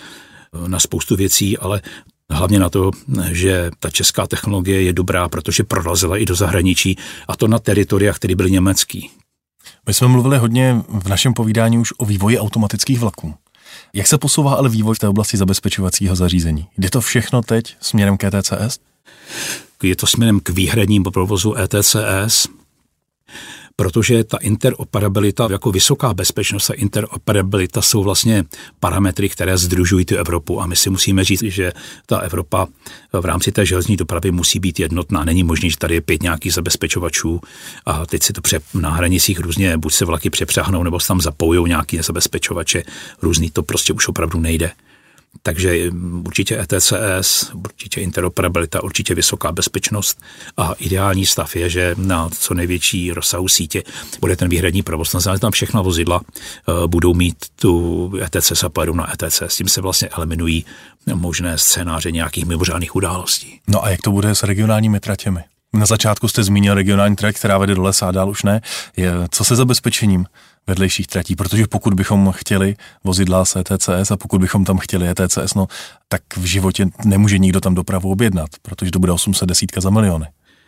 na spoustu věcí, ale hlavně na to, že ta česká technologie je dobrá, protože prorazila i do zahraničí, a to na teritoriách, které byly německý. My jsme mluvili hodně v našem povídání už o vývoji automatických vlaků. Jak se posouvá ale vývoj v té oblasti zabezpečovacího zařízení? Jde to všechno teď směrem k E T C S? Je to směrem k výhradnímu provozu E T C S, protože ta interoperabilita, jako vysoká bezpečnost a interoperabilita jsou vlastně parametry, které sdružují tu Evropu, a my si musíme říct, že ta Evropa v rámci té železní dopravy musí být jednotná. Není možné, že tady je pět nějakých zabezpečovačů a teď si to pře- na hranicích různě buď se vlaky přepřáhnou, nebo se tam zapojou nějaké zabezpečovače různý, to prostě už opravdu nejde. Takže určitě E T C S, určitě interoperabilita, určitě vysoká bezpečnost a ideální stav je, že na co největší rozsahu sítě bude ten výhradní provoz. Znamená, tam všechna vozidla budou mít tu E T C S a pojedou na E T C S. S tím se vlastně eliminují možné scénáře nějakých mimořádných událostí. No a jak to bude s regionálními tratěmi? Na začátku jste zmínil regionální trať, která vede do lesa a dál už ne. Je, co se zabezpečením vedlejších tratí? Protože pokud bychom chtěli vozidla z E T C S a pokud bychom tam chtěli E T C S, no, tak v životě nemůže nikdo tam dopravu objednat, protože to bude osm set desítka za miliony.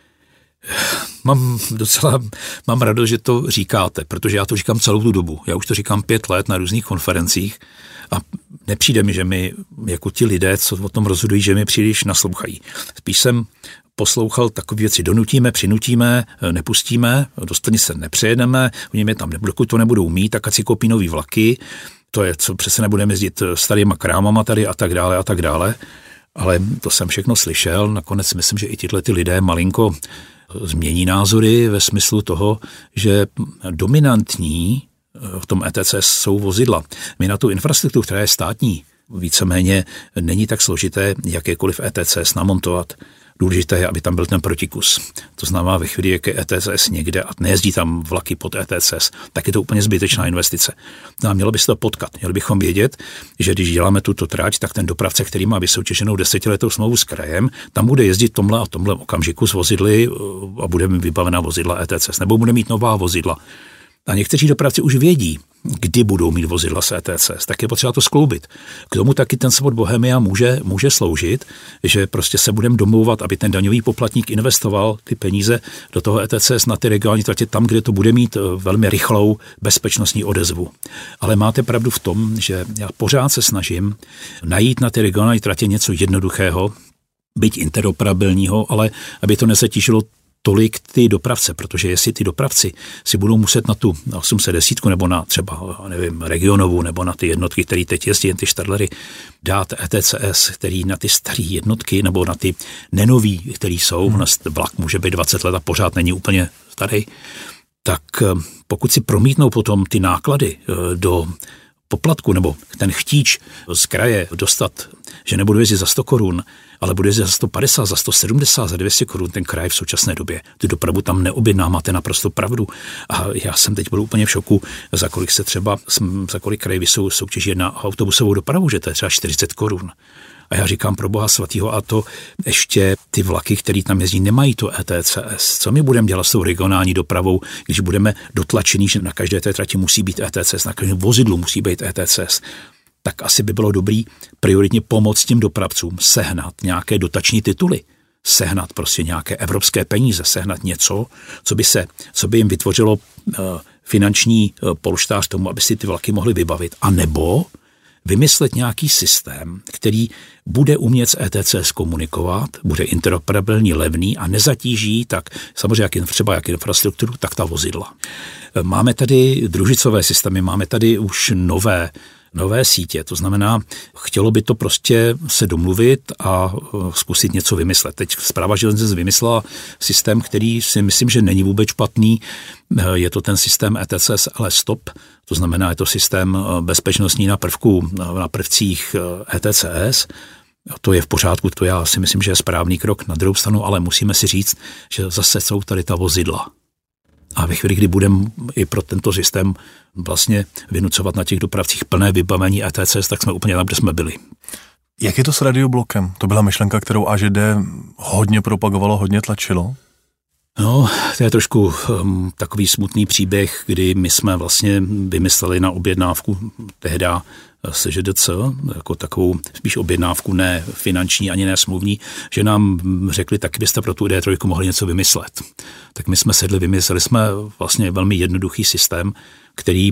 Mám docela, mám radost, že to říkáte, protože já to říkám celou tu dobu. Já už to říkám pět let na různých konferencích a nepřijde mi, že mi jako ti lidé, co o tom rozhodují, že mi příliš naslouchají. Spíš jsem poslouchal takové věci, donutíme, přinutíme, nepustíme, do stanice nepřejedeme, oni mě tam nebudou, dokud to nebudou mít, tak ať si koupí nový vlaky, to je, co přece nebudeme jezdit starýma krámama tady a tak dále a tak dále, ale to jsem všechno slyšel, nakonec myslím, že i tyhle ty lidé malinko změní názory ve smyslu toho, že dominantní v tom E T C S jsou vozidla. My na tu infrastrukturu, která je státní, víceméně není tak složité jakékoliv E T C S namontovat. Důležité je, aby tam byl ten protikus. To znamená, ve chvíli, jak je E T C S někde a nejezdí tam vlaky pod E T C S, tak je to úplně zbytečná investice. No a mělo by se to potkat. Měli bychom vědět, že když děláme tuto trať, tak ten dopravce, který má vysoutěženou desetiletou smlouvu s krajem, tam bude jezdit v tomhle a v tomhle okamžiku s vozidly a bude mít vybavená vozidla E T C S, nebo bude mít nová vozidla. A někteří dopravci už vědí, kdy budou mít vozidla z E T C S, tak je potřeba to skloubit. K tomu taky ten Svod Bohemia může, může sloužit, že prostě se budeme domlouvat, aby ten daňový poplatník investoval ty peníze do toho E T C S na ty regionální tratě tam, kde to bude mít velmi rychlou bezpečnostní odezvu. Ale máte pravdu v tom, že já pořád se snažím najít na ty regionální tratě něco jednoduchého, byť interoperabilního, ale aby to nezatížilo tolik ty dopravce, protože jestli ty dopravci si budou muset na tu osm set deset nebo na třeba, nevím, regionovou nebo na ty jednotky, které teď jezdí, ty štadlery, dát E T C S, který na ty staré jednotky nebo na ty nenový, který jsou, hmm. vlak může být dvacet let a pořád není úplně starý, tak pokud si promítnou potom ty náklady do poplatku nebo ten chtíč z kraje dostat, že nebudu jezdit za sto korun, ale bude jezdit za sto padesát, za sto sedmdesát, za dvě stě korun ten kraj v současné době. Tu dopravu tam neobjedná, máte naprosto pravdu. A já jsem teď byl úplně v šoku, za kolik se třeba, za kolik kraj vysou soutěží na autobusovou dopravu, že to je třeba čtyřicet korun. A já říkám pro Boha svatýho, a to ještě ty vlaky, které tam jezdí, nemají to E T C S. Co my budeme dělat s tou regionální dopravou, když budeme dotlačení, že na každé té trati musí být E T C S, na každém vozidlu musí být E T C S? Tak asi by bylo dobrý prioritně pomoct těm dopravcům sehnat nějaké dotační tituly, sehnat prostě nějaké evropské peníze, sehnat něco, co by, se, co by jim vytvořilo uh, finanční uh, polštář tomu, aby si ty vlaky mohly vybavit. A nebo vymyslet nějaký systém, který bude umět s E T C S komunikovat, bude interoperabilní, levný a nezatíží tak samozřejmě jak třeba jak infrastrukturu, tak ta vozidla. Máme tady družicové systémy, máme tady už nové nové sítě, to znamená, chtělo by to prostě se domluvit a zkusit něco vymyslet. Teď Správa železnic vymyslela systém, který si myslím, že není vůbec špatný. Je to ten systém E T C S, ale stop. To znamená, je to systém bezpečnostní na prvku, na prvcích E T C S. To je v pořádku, to já si myslím, že je správný krok na druhou stranu, ale musíme si říct, že zase jsou tady ta vozidla. A ve chvíli, kdy budeme i pro tento systém vlastně vynucovat na těch dopravcích plné vybavení E T C S, tak jsme úplně tam, kde jsme byli. Jak je to s radioblokem? To byla myšlenka, kterou A Ž D hodně propagovalo, hodně tlačilo? No, to je trošku um, takový smutný příběh, kdy my jsme vlastně vymysleli na objednávku tehda S Ž D C, jako takovou spíš objednávku ne finanční ani ne smluvní, že nám řekli, taky byste pro tu D tři mohli něco vymyslet. Tak my jsme sedli, vymysleli jsme vlastně velmi jednoduchý systém, který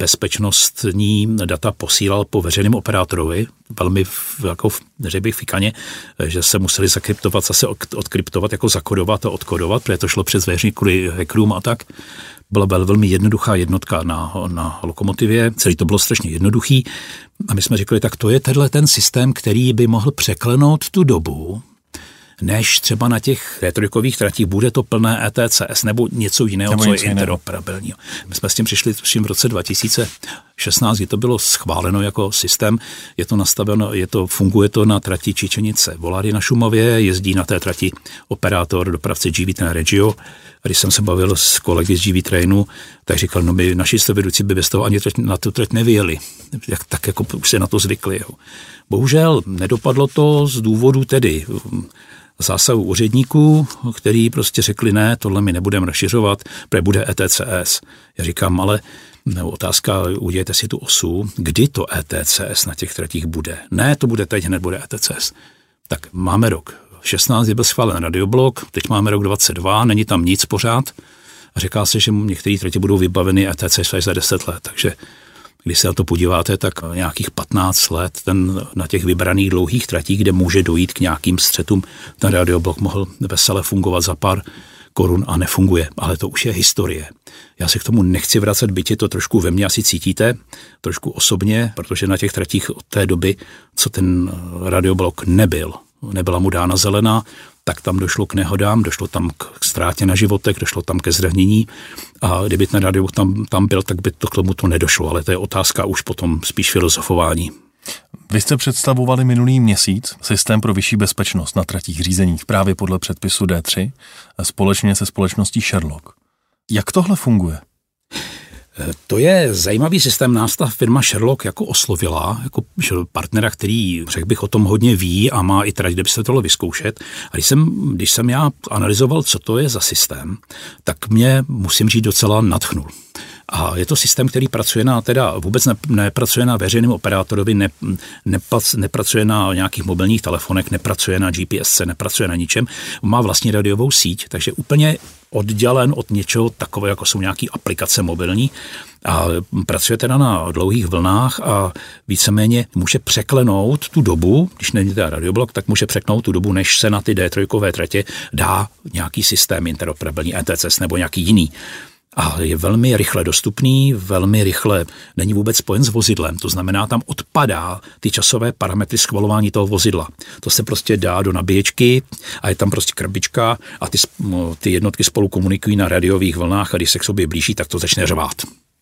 bezpečnostní data posílal po veřejném operátorovi, velmi jako, neřekl bych fikaně, že se museli zakryptovat, zase odkryptovat, jako zakodovat a odkodovat, protože to šlo přes veřejný kvůli hackerům a tak. Byla velmi jednoduchá jednotka na, na lokomotivě, celý to bylo strašně jednoduchý a my jsme řekli, tak to je tenhle ten systém, který by mohl překlenout tu dobu, než třeba na těch rétorikových tratích bude to plné E T C S nebo něco jiného, nebo co něco je interoperabilního. My jsme s tím přišli v roce dva tisíce šestnáct, kdy to bylo schváleno jako systém, je to nastaveno, je to, funguje to na trati Čičenice Volary na Šumavě, jezdí na té trati operátor, dopravce G V Train Regio. Když jsem se bavil s kolegy z G V Trainu, tak říkal, no my naši strojvedoucí by bez toho ani na tu trať nevyjeli. Jak, tak jako už se na to zvykli. Jo. Bohužel nedopadlo to z důvodu tedy zásahu úředníků, který prostě řekli, ne, tohle my nebudeme rozšiřovat, protože bude E T C S. Já říkám, ale nebo otázka, udějte si tu osu, kdy to E T C S na těch tratích bude. Ne, to bude teď, hned bude E T C S. Tak máme rok šestnáct, byl schválen radioblok, teď máme rok dvacet dva, není tam nic pořád a říká se, že některé tratě budou vybaveny E T C S za deset let, takže když se na to podíváte, tak nějakých patnáct let ten, na těch vybraných dlouhých tratích, kde může dojít k nějakým střetům, ten radioblok mohl vesele fungovat za pár korun a nefunguje, ale to už je historie. Já se k tomu nechci vracet, byť je to trošku ve mně asi cítíte, trošku osobně, protože na těch tratích od té doby, co ten radioblok nebyl, nebyla mu dána zelená, tak tam došlo k nehodám, došlo tam k ztrátě na životech, došlo tam ke zranění a kdyby ten radioblok tam, tam byl, tak by to k tomu to nedošlo, ale to je otázka už potom spíš filozofování. Vy jste představovali minulý měsíc systém pro vyšší bezpečnost na tratích řízených právě podle předpisu D tři společně se společností Sherlock. Jak tohle funguje? To je zajímavý systém, nás ta firma Sherlock jako oslovila, jako partnera, který, řekl bych, o tom hodně ví a má i trať, kde by se tohle vyzkoušet. A když jsem, když jsem já analyzoval, co to je za systém, tak mě, musím říct, docela nadchnul. A je to systém, který pracuje na, teda vůbec ne, nepracuje na veřejném operátorovi, ne, nepac, nepracuje na nějakých mobilních telefonech, nepracuje na G P S C, nepracuje na ničem. Má vlastní radiovou síť, takže úplně oddělen od něčeho takového, jako jsou nějaké aplikace mobilní a pracuje teda na dlouhých vlnách a víceméně může překlenout tu dobu, když není teda radioblok, tak může překlenout tu dobu, než se na ty D tři tratě dá nějaký systém interoperabilní E T C S nebo nějaký jiný. A je velmi rychle dostupný, velmi rychle není vůbec spojen s vozidlem. To znamená, tam odpadá ty časové parametry schvalování toho vozidla. To se prostě dá do nabíječky a je tam prostě krabička a ty, ty jednotky spolu komunikují na radiových vlnách a když se k sobě blíží, tak to začne řvát.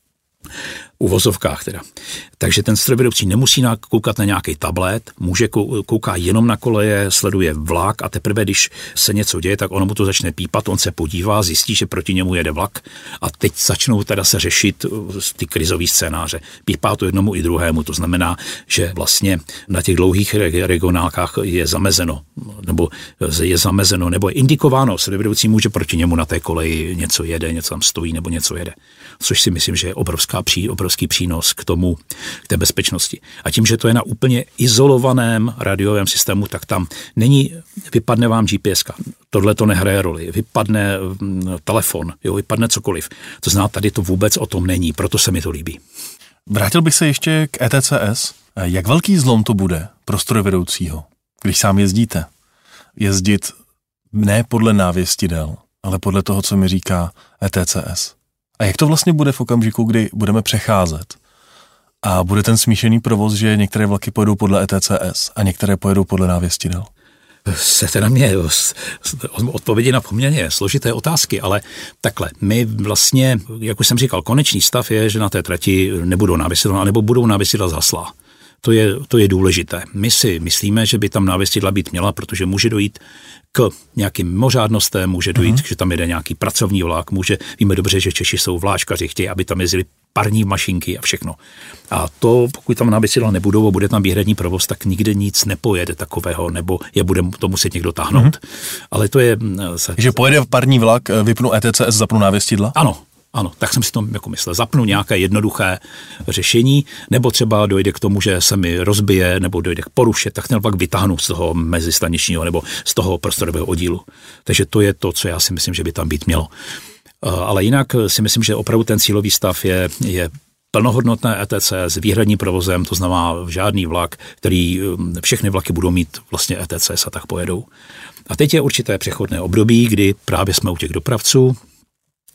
U vozovkách teda. Takže ten strojvedoucí nemusí koukat na nějaký tablet, může koukat jenom na koleje, sleduje vlak a teprve, když se něco děje, tak ono mu to začne pípat, on se podívá, zjistí, že proti němu jede vlak a teď začnou teda se řešit ty krizové scénáře. Pípá to jednomu i druhému, to znamená, že vlastně na těch dlouhých regionálkách je zamezeno, nebo je zamezeno, nebo je indikováno, strojvedoucí může proti němu na té koleji něco jede, něco tam stojí nebo něco jede. Což si myslím, že je obrovská pří, obrovský přínos k tomu, k té bezpečnosti. A tím, že to je na úplně izolovaném radiovém systému, tak tam není, vypadne vám G P S ka, tohle to nehraje roli, vypadne telefon, jo, vypadne cokoliv. To znamená, tady to vůbec o tom není, proto se mi to líbí. Vrátil bych se ještě k E T C S. Jak velký zlom to bude pro strojvedoucího, když sám jezdíte? Jezdit ne podle návěstidel, ale podle toho, co mi říká E T C S. A jak to vlastně bude v okamžiku, kdy budeme přecházet a bude ten smíšený provoz, že některé vlaky pojedou podle E T C S a některé pojedou podle návěstidel? Se teda mě odpovědi na poměrně složité otázky, ale takhle, my vlastně, jak už jsem říkal, konečný stav je, že na té trati nebudou návěstidla, nebo budou návěstidla zaslá. To je, to je důležité. My si myslíme, že by tam návěstidla být měla, protože může dojít k nějakým mimořádnostem, může dojít, uh-huh. že tam jede nějaký pracovní vlak, může, víme dobře, že Češi jsou vláčkaři, chtějí, aby tam jezdili parní mašinky a všechno. A to, pokud tam návěstidla nebudou a bude tam výhradní provoz, tak nikde nic nepojede takového, nebo je bude to muset někdo táhnout. Uh-huh. Ale to je... Že pojede parní vlak, vypnu E T C S, zapnu návěstidla? Ano. Ano, tak jsem si to jako myslel. Zapnu nějaké jednoduché řešení, nebo třeba dojde k tomu, že se mi rozbije, nebo dojde k poruše, tak ten vlak vytáhnu z toho mezistaničního nebo z toho prostorového oddílu. Takže to je to, co já si myslím, že by tam být mělo. Ale jinak si myslím, že opravdu ten cílový stav je, je plnohodnotné E T C s výhradním provozem, to znamená žádný vlak, který všechny vlaky budou mít vlastně E T C S a tak pojedou. A teď je určité přechodné období, kdy právě jsme u těch dopravců,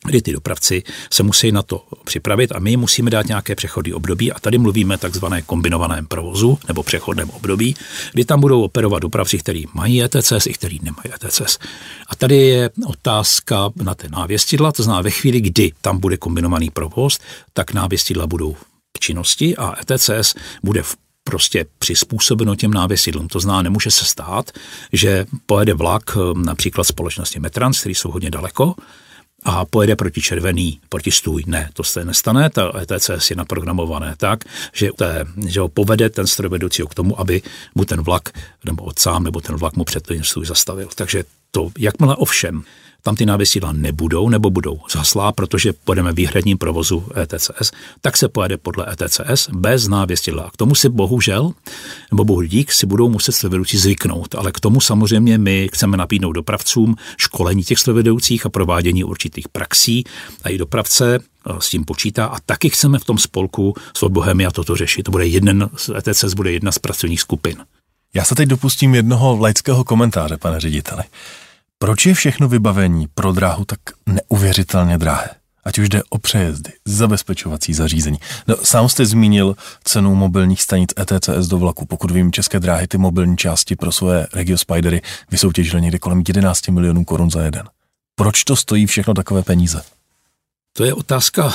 kdy ty dopravci se musí na to připravit a my jim musíme dát nějaké přechodné období a tady mluvíme takzvané kombinovaném provozu nebo přechodném období, kdy tam budou operovat dopravci, kteří mají E T C S i kteří nemají E T C S. A tady je otázka na ty návěstidla, to znamená ve chvíli, kdy tam bude kombinovaný provoz, tak návěstidla budou v činnosti a E T C S bude v prostě přizpůsobeno těm návěstidlům. To znamená, nemůže se stát, že pojede vlak například společnosti Metrans, který jsou hodně daleko, a pojede proti červený, proti stůj. Ne, to se nestane, ta E T C S je naprogramované tak, že, té, že ho povede ten strojvedoucího k tomu, aby mu ten vlak, nebo od sám, nebo ten vlak mu před ten stůj zastavil. Takže to, jakmile ovšem tam ty návěstidla nebudou nebo budou zhaslá, protože pojedeme výhradním provozu E T C S, tak se pojede podle E T C S bez návěstidla. A k tomu si bohužel, nebo bohu dík, si budou muset strojvedoucí zvyknout. Ale k tomu samozřejmě my chceme nabídnout dopravcům školení těch strojvedoucích a provádění určitých praxí a i dopravce s tím počítá a taky chceme v tom spolku Svod Bohemia toto řešit. To bude jeden, E T C S bude jedna z pracovních skupin. Já se teď dopustím jednoho laického komentáře, pane řediteli. Proč je všechno vybavení pro dráhu tak neuvěřitelně drahé? Ať už jde o přejezdy, zabezpečovací zařízení. No, sám jste zmínil cenu mobilních stanic E T C S do vlaku. Pokud vím, České dráhy ty mobilní části pro své Regiospidery vysoutěžily někde kolem jedenáct milionů korun za jeden. Proč to stojí všechno takové peníze? To je otázka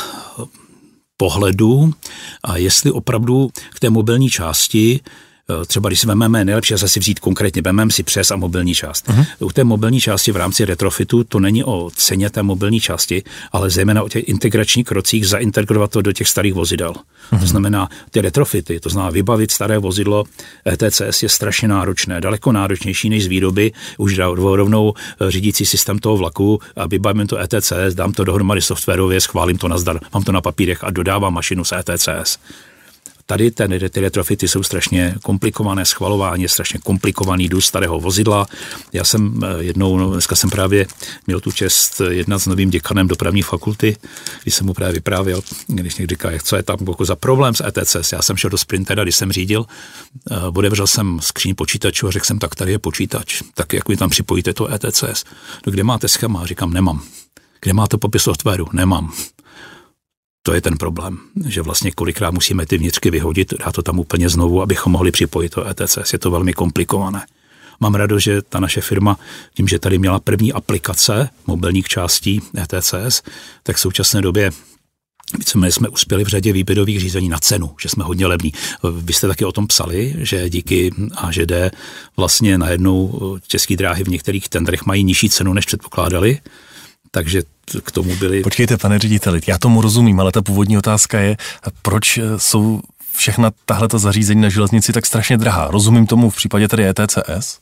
pohledu a jestli opravdu k té mobilní části třeba když si vezmeme, nejlepší asi vzít konkrétně, vezmeme si přes a mobilní část. Uh-huh. U té mobilní části v rámci retrofitu to není o ceně té mobilní části, ale zejména o těch integračních krocích zaintegrovat to do těch starých vozidel. Uh-huh. To znamená ty retrofity, to znamená vybavit staré vozidlo E T C S je strašně náročné, daleko náročnější než z výroby, už rovnou řídící systém toho vlaku a vybavím to E T C S, dám to dohromady softwarově, schválím to nazdar, mám to na papírech a dodávám mašinu z E T C S. Tady ten, ty retrofity jsou strašně komplikované, schvalování je strašně komplikovaný důl starého vozidla. Já jsem jednou, dneska jsem právě měl tu čest jednat s novým děkanem dopravní fakulty, když jsem mu právě vyprávěl, když někdy říká, co je tam za problém s E T C S. Já jsem šel do Sprintera, když jsem řídil, otevřel jsem skříň počítačů a řekl jsem, tak tady je počítač, tak jak vy tam připojíte to E T C S. No, kde máte schéma? Říkám, nemám. Kde máte popis softwaru? Nemám. To je ten problém, že vlastně kolikrát musíme ty vnitřky vyhodit, dát to tam úplně znovu, abychom mohli připojit to E T C S. Je to velmi komplikované. Mám radost, že ta naše firma, tím, že tady měla první aplikace mobilních částí E T C S, tak v současné době víceméně jsme uspěli v řadě výběrových řízení na cenu, že jsme hodně levní. Vy jste taky o tom psali, že díky A Ž D vlastně najednou České dráhy v některých tendrech mají nižší cenu, než předpokládali. Takže k tomu byli... Počkejte, pane řediteli, já tomu rozumím, ale ta původní otázka je, proč jsou všechna tahleta zařízení na železnici tak strašně drahá. Rozumím tomu v případě tady E T C S.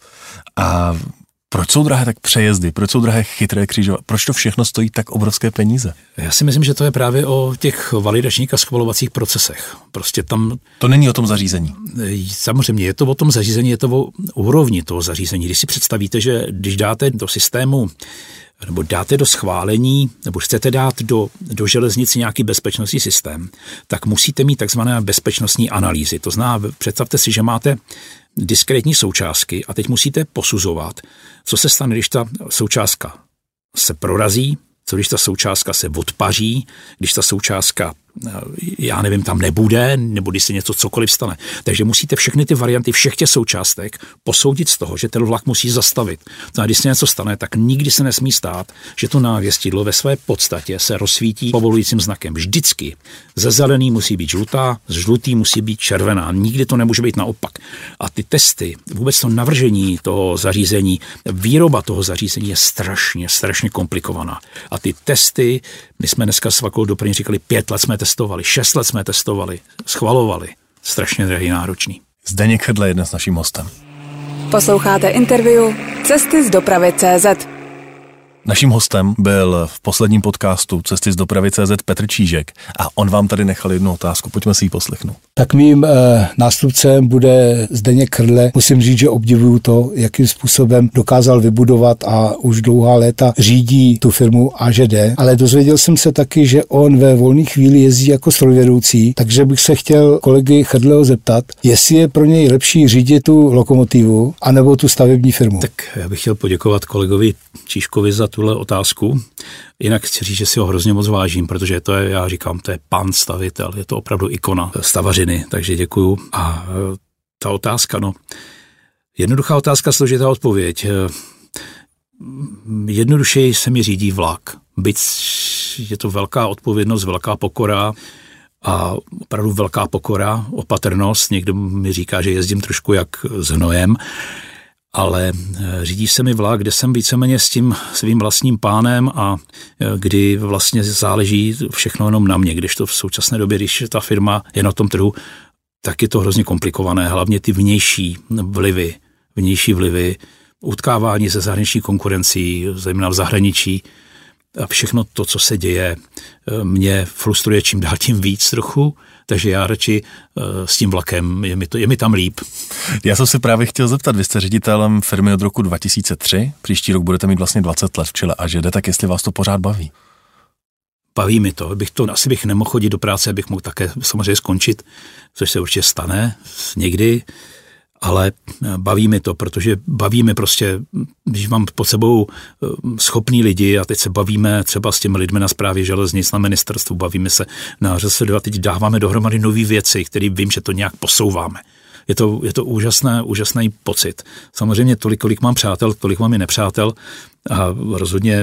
A proč jsou drahé tak přejezdy, proč jsou drahé chytré křižovatky, proč to všechno stojí tak obrovské peníze? Já si myslím, že to je právě o těch validačních a schvalovacích procesech. Prostě tam... To není o tom zařízení. Samozřejmě je to o tom zařízení, je to o úrovni toho zařízení. Když si představíte, že když dáte do systému nebo dáte do schválení, nebo chcete dát do, do železnici nějaký bezpečnostní systém, tak musíte mít takzvané bezpečnostní analýzy. To znamená, představte si, že máte diskrétní součástky a teď musíte posuzovat, co se stane, když ta součástka se prorazí, co když ta součástka se odpaří, když ta součástka, já nevím, tam nebude, nebo když se něco cokoliv stane. Takže musíte všechny ty varianty všech těch součástek posoudit z toho, že ten vlak musí zastavit. A když se něco stane, tak nikdy se nesmí stát, že to návěstidlo ve své podstatě se rozsvítí povolujícím znakem. Vždycky. Ze zelený musí být žlutá, z žlutý musí být červená. Nikdy to nemůže být naopak. A ty testy, vůbec to navržení toho zařízení, výroba toho zařízení je strašně, strašně komplikovaná. A ty testy, my jsme dneska s Fakultou dopravy říkali, pět let jsme testovali, šest let jsme testovali, schvalovali. Strašně drahý, náročný. Zdeněk Chrle je dnes naším hostem. Posloucháte interview Cesty z dopravy tečka cé zet. Naším hostem byl v posledním podcastu Cesty z dopravy tečka cé zet Petr Čížek a on vám tady nechal jednu otázku. Pojďme si ji poslechnout. Tak mým e, nástupcem bude Zdeněk Chrle. Musím říct, že obdivuju to, jakým způsobem dokázal vybudovat a už dlouhá léta řídí tu firmu A Ž D, ale dozvěděl jsem se taky, že on ve volné chvíli jezdí jako strojvedoucí, takže bych se chtěl kolegy Chrleho zeptat, jestli je pro něj lepší řídit tu lokomotivu anebo tu stavební firmu. Tak já bych chtěl poděkovat kolegovi Čížkovi za tuhle otázku. Jinak chci říct, že si ho hrozně moc vážím, protože to je, já říkám, to je pan stavitel, je to opravdu ikona stavařiny, takže děkuju. A ta otázka, no, jednoduchá otázka, složitá odpověď. Jednodušeji se mi řídí vlak. Byť je to velká odpovědnost, velká pokora a opravdu velká pokora, opatrnost. Někdo mi říká, že jezdím trošku jak s hnojem, ale řídí se mi vlak, kde jsem víceméně s tím svým vlastním pánem a kdy vlastně záleží všechno jenom na mě, když to v současné době, když ta firma je na tom trhu, tak je to hrozně komplikované, hlavně ty vnější vlivy, vnější vlivy, utkávání se zahraniční konkurencí, zejména v zahraničí a všechno to, co se děje, mě frustruje čím dál tím víc trochu, takže já radši s tím vlakem, je mi, to, je mi tam líp. Já jsem se právě chtěl zeptat, vy jste ředitelem firmy od roku dva tisíce tři, příští rok budete mít vlastně dvacet let v čele a ŽD, tak jestli vás to pořád baví? Baví mi to, bych to, asi bych nemohl chodit do práce, abych mohl také samozřejmě skončit, což se určitě stane někdy, ale baví mi to, protože bavíme prostě, když mám pod sebou schopný lidi a teď se bavíme třeba s těmi lidmi na správě železnic, na ministerstvu, bavíme se na ŘSD a teď dáváme dohromady nové věci, které vím, že to nějak posouváme. Je to, je to úžasné, úžasný pocit. Samozřejmě tolik, kolik mám přátel, tolik mám i nepřátel a rozhodně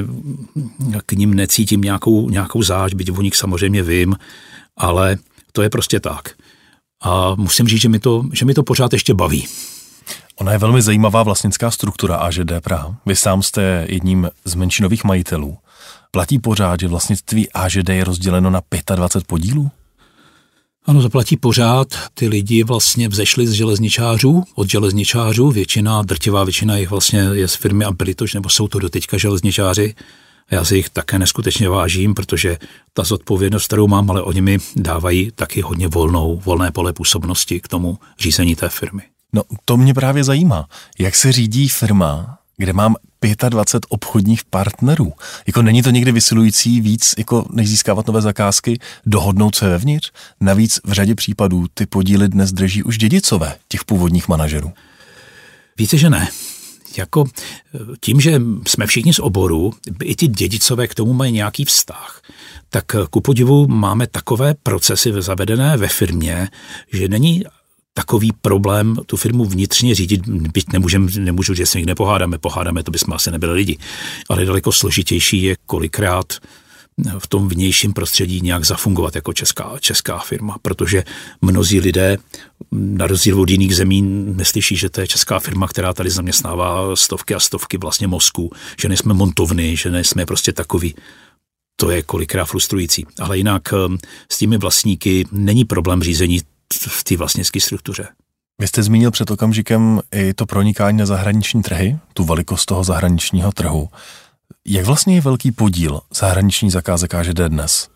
k ním necítím nějakou, nějakou zášť, byť o nich samozřejmě vím, ale to je prostě tak. A musím říct, že mi to, že mi to pořád ještě baví. Ona je velmi zajímavá vlastnická struktura A Ž D Praha. Vy sám jste jedním z menšinových majitelů. Platí pořád, že vlastnictví A Ž D je rozděleno na dvacet pět podílů? Ano, to platí pořád. Ty lidi vlastně vzešli z železničářů, od železničářů. Většina, drtivá většina jich vlastně je z firmy Abilitoš, nebo jsou to doteďka železničáři. A já si jich také neskutečně vážím, protože ta zodpovědnost, kterou mám, ale oni mi dávají taky hodně volnou, volné pole působnosti k tomu řízení té firmy. No, to mě právě zajímá. Jak se řídí firma, kde mám dvacet pět obchodních partnerů? Jako není to někdy vysilující víc, jako než získávat nové zakázky, dohodnout se vevnitř? Navíc v řadě případů ty podíly dnes drží už dědicové těch původních manažerů. Víte, že ne. Jako tím, že jsme všichni z oboru, i ti dědicové k tomu mají nějaký vztah, tak ku podivu máme takové procesy zavedené ve firmě, že není takový problém tu firmu vnitřně řídit, byť nemůžem, nemůžu, že se jich nepohádáme, pohádáme, to bychom asi nebyli lidi, ale daleko složitější je kolikrát v tom vnějším prostředí nějak zafungovat jako česká, česká firma, protože mnozí lidé na rozdíl od jiných zemí neslyší, že to je česká firma, která tady zaměstnává stovky a stovky vlastně mozků, že nejsme montovny, že nejsme prostě takový. To je kolikrát frustrující. Ale jinak s těmi vlastníky není problém řízení v té vlastnické struktuře. Vy jste zmínil před okamžikem i to pronikání na zahraniční trhy, tu velikost toho zahraničního trhu. Jak vlastně je velký podíl zahraniční zakázek A Ž D dnes?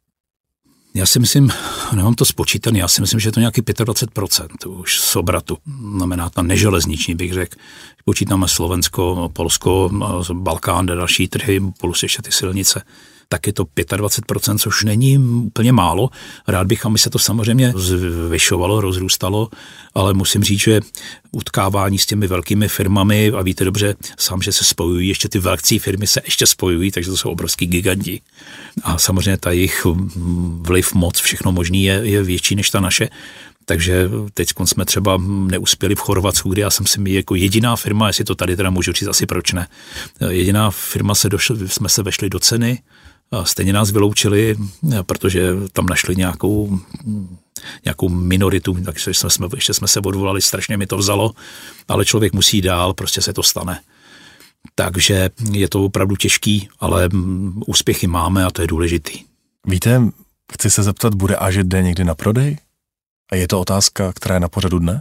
Já si myslím, nemám to spočítané, já si myslím, že je to nějaký dvacet pět procent už z obratu. Znamená ta neželezniční, bych řekl. Počítáme Slovensko, Polsko, Balkán, další trhy, plus ještě ty silnice. Tak je to dvacet pět procent, což není úplně málo. Rád bych, aby se to samozřejmě zvyšovalo, rozrůstalo, ale musím říct, že utkávání s těmi velkými firmami, a víte dobře sám, že se spojují, ještě ty velké firmy se ještě spojují, takže to jsou obrovský giganti. A samozřejmě ta jejich vliv, moc, všechno možný je, je větší než ta naše. Takže teď jsme třeba neuspěli v Chorvatsku, kdy já jsem si jako jediná firma, jestli to tady teda můžu říct, asi proč ne, jediná firma se došli, jsme se vešli do ceny, a stejně nás vyloučili, protože tam našli nějakou, nějakou minoritu, takže jsme, ještě jsme se odvolali, strašně mi to vzalo, ale člověk musí dál, prostě se to stane. Takže je to opravdu těžký, ale úspěchy máme a to je důležitý. Víte, chci se zeptat, bude A Ž D někdy na prodej? A je to otázka, která je na pořadu dne?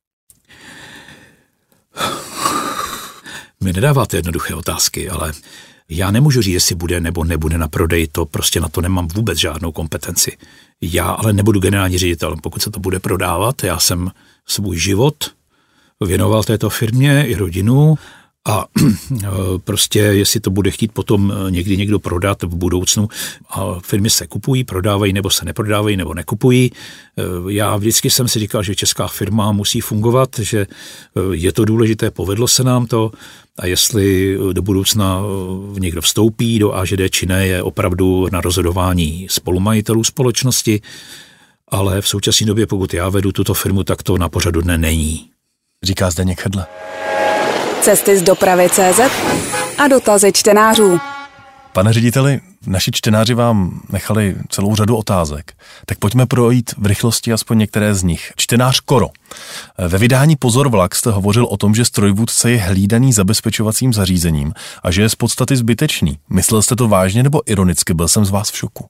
Mi nedáváte jednoduché otázky, ale já nemůžu říct, jestli bude nebo nebude na prodej, to prostě na to nemám vůbec žádnou kompetenci. Já ale nebudu generální ředitel, pokud se to bude prodávat, já jsem svůj život věnoval této firmě i rodinu A prostě, jestli to bude chtít potom někdy někdo prodat v budoucnu, a firmy se kupují, prodávají, nebo se neprodávají, nebo nekupují. Já vždycky jsem si říkal, že česká firma musí fungovat, že je to důležité, povedlo se nám to, a jestli do budoucna někdo vstoupí do A Ž D či ne, je opravdu na rozhodování spolumajitelů společnosti, ale v současné době, pokud já vedu tuto firmu, tak to na pořadu dne není. Říká Zdeněk Hedle. Cesty z dopravy tečka cé zet a dotazy čtenářů. Pane řediteli, naši čtenáři vám nechali celou řadu otázek, tak pojďme projít v rychlosti aspoň některé z nich. Čtenář Koro. Ve vydání Pozor vlak jste hovořil o tom, že strojvůdce je hlídaný zabezpečovacím zařízením a že je z podstaty zbytečný. Myslel jste to vážně nebo ironicky? Byl jsem z vás v šoku.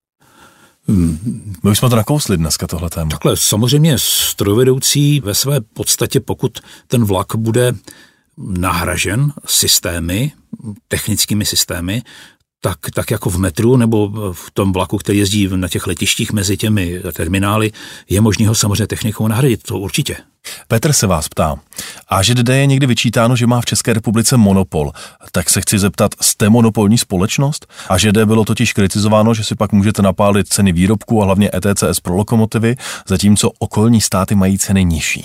My jsme to nakousli dneska, tohle téma. Takhle, samozřejmě strojvedoucí ve své podstatě, pokud ten vlak bude nahražen systémy, technickými systémy, tak, tak jako v metru nebo v tom vlaku, který jezdí na těch letištích mezi těmi terminály, je možné ho samozřejmě technikou nahradit, to určitě. Petr se vás ptá, A Ž D je někdy vyčítáno, že má v České republice monopol, tak se chci zeptat, jste monopolní společnost? A Ž D bylo totiž kritizováno, že si pak můžete napálit ceny výrobků a hlavně E T C S pro lokomotivy, zatímco okolní státy mají ceny nižší.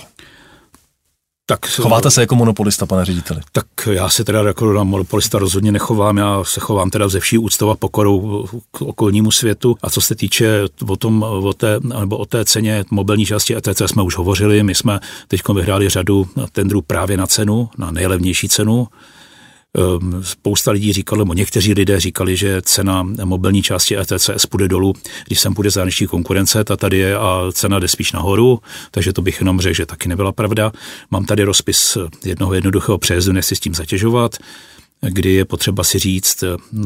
Tak, chováte se jako monopolista, pane řediteli? Tak já se teda jako monopolista rozhodně nechovám, já se chovám teda ze vší úctou a pokorou k okolnímu světu. A co se týče o tom, o té, nebo o té ceně mobilní části E T C jsme už hovořili, my jsme teď vyhráli řadu tendrů právě na cenu, na nejlevnější cenu. Spousta lidí říkalo, nebo někteří lidé říkali, že cena mobilní části E T C S půjde dolů, když sem půjde zahraniční konkurence, ta tady je a cena jde spíš nahoru, takže to bych jenom řekl, že taky nebyla pravda. Mám tady rozpis jednoho jednoduchého přejezdu, nechci s tím zatěžovat, kdy je potřeba si říct,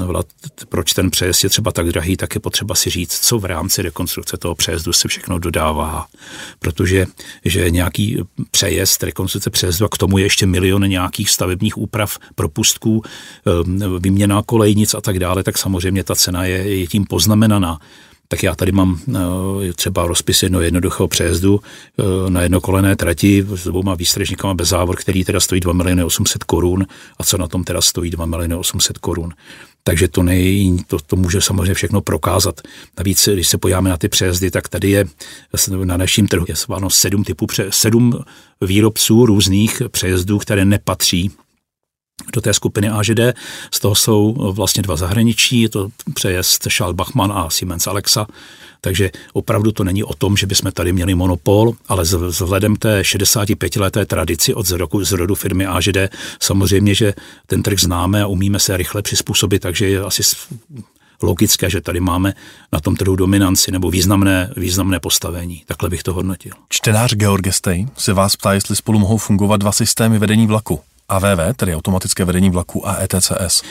proč ten přejezd je třeba tak drahý, tak je potřeba si říct, co v rámci rekonstrukce toho přejezdu se všechno dodává. Protože že nějaký přejezd, rekonstrukce přejezdu a k tomu je ještě milion nějakých stavebních úprav, propustků, výměna kolejnic a tak dále, tak samozřejmě ta cena je, je tím poznamenaná. Tak já tady mám třeba rozpis jednoho jednoduchého přejezdu na jednokolené trati s dvouma výstřešníkama bez závor, který teda stojí dva miliony osm set korun a co na tom teda stojí dva miliony osm set korun. Takže to, nej, to, to může samozřejmě všechno prokázat. Navíc, když se podíváme na ty přejezdy, tak tady je na naším trhu je sváno sedm typů, sedm výrobců různých přejezdů, které nepatří do té skupiny A Ž D. Z toho jsou vlastně dva zahraničí, je to přejezd Schall-Bachmann a Siemens Alexa, takže opravdu to není o tom, že bychom tady měli monopol, ale vzhledem té šedesátipětileté tradici od zrodu, zrodu firmy A Ž D, samozřejmě, že ten trh známe a umíme se rychle přizpůsobit, takže je asi logické, že tady máme na tom trhu dominanci nebo významné, významné postavení. Takhle bych to hodnotil. Čtenář Georg Stej se vás ptá, jestli spolu mohou fungovat dva systémy vedení vlaku. A V V, tedy automatické vedení vlaku, a E T C S.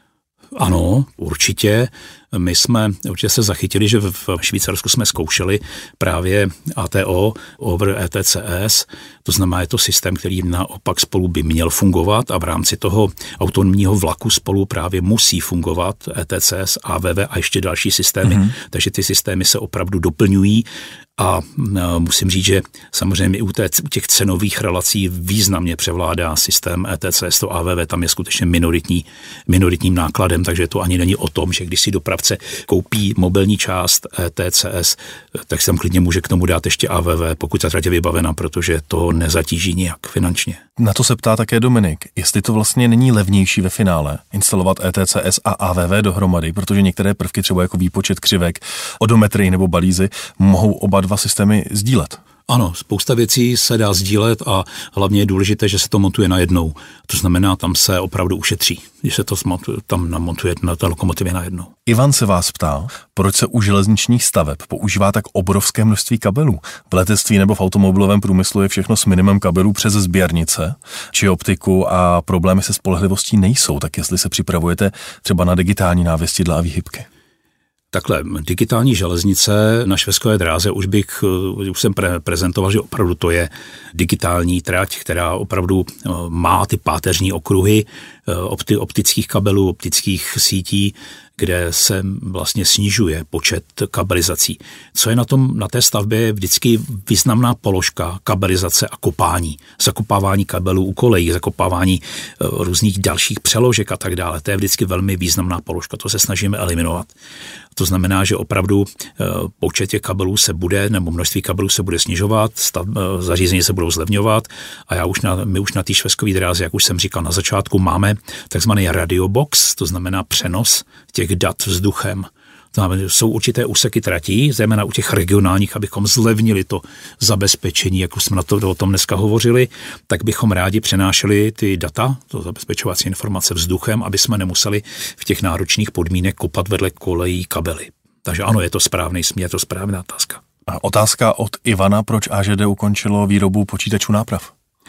Ano, určitě. My jsme určitě se zachytili, že v Švýcarsku jsme zkoušeli právě A T O over E T C S, to znamená, je to systém, který naopak spolu by měl fungovat a v rámci toho autonomního vlaku spolu právě musí fungovat E T C S, A V V a ještě další systémy, mm-hmm. takže ty systémy se opravdu doplňují a musím říct, že samozřejmě i u, té, u těch cenových relací významně převládá systém E T C S, to A V V tam je skutečně minoritní, minoritním nákladem, takže to ani není o tom, že když si dopravce koupí mobilní část E T C S, tak se tam klidně může k tomu dát ještě A V V, pokud ta trať je vybavena, protože to nezatíží nijak finančně. Na to se ptá také Dominik, jestli to vlastně není levnější ve finále instalovat E T C S a A V V dohromady, protože některé prvky, třeba jako výpočet křivek, odometry nebo balízy, mohou oba dva systémy sdílet. Ano, spousta věcí se dá sdílet a hlavně je důležité, že se to montuje najednou. To znamená, tam se opravdu ušetří, když se to tam namontuje na té lokomotivě najednou. Ivan se vás ptá, proč se u železničních staveb používá tak obrovské množství kabelů. V letectví nebo v automobilovém průmyslu je všechno s minimem kabelů přes sběrnice či optiku a problémy se spolehlivostí nejsou, tak jestli se připravujete třeba na digitální návěstidla a výhybky. Takhle, digitální železnice na švestské dráze už bych, už jsem pre, prezentoval, že opravdu to je digitální trať, která opravdu má ty páteřní okruhy, opti, optických kabelů, optických sítí, kde se vlastně snižuje počet kabelizací. Co je na tom, na té stavbě je vždycky významná položka kabelizace a kopání. Zakopávání kabelů u kolejí, zakopávání různých dalších přeložek a tak dále. To je vždycky velmi významná položka. To se snažíme eliminovat. To znamená, že opravdu počet těch kabelů se bude, nebo množství kabelů se bude snižovat, stav, zařízení se budou zlevňovat a já už na, my už na té švestkové dráze, jak už jsem říkal na začátku, máme takzvaný radiobox, to znamená přenos těch dat vzduchem. To znamená, jsou určité úseky tratí, zejména u těch regionálních, abychom zlevnili to zabezpečení, jak už jsme na to, o tom dneska hovořili, tak bychom rádi přenášeli ty data, to zabezpečovací informace vzduchem, aby jsme nemuseli v těch náročných podmínek kopat vedle kolejí kabely. Takže ano, je to správný směr, je to správná otázka. A otázka od Ivana, proč A Ž D ukončilo výrobu počítačů náprav?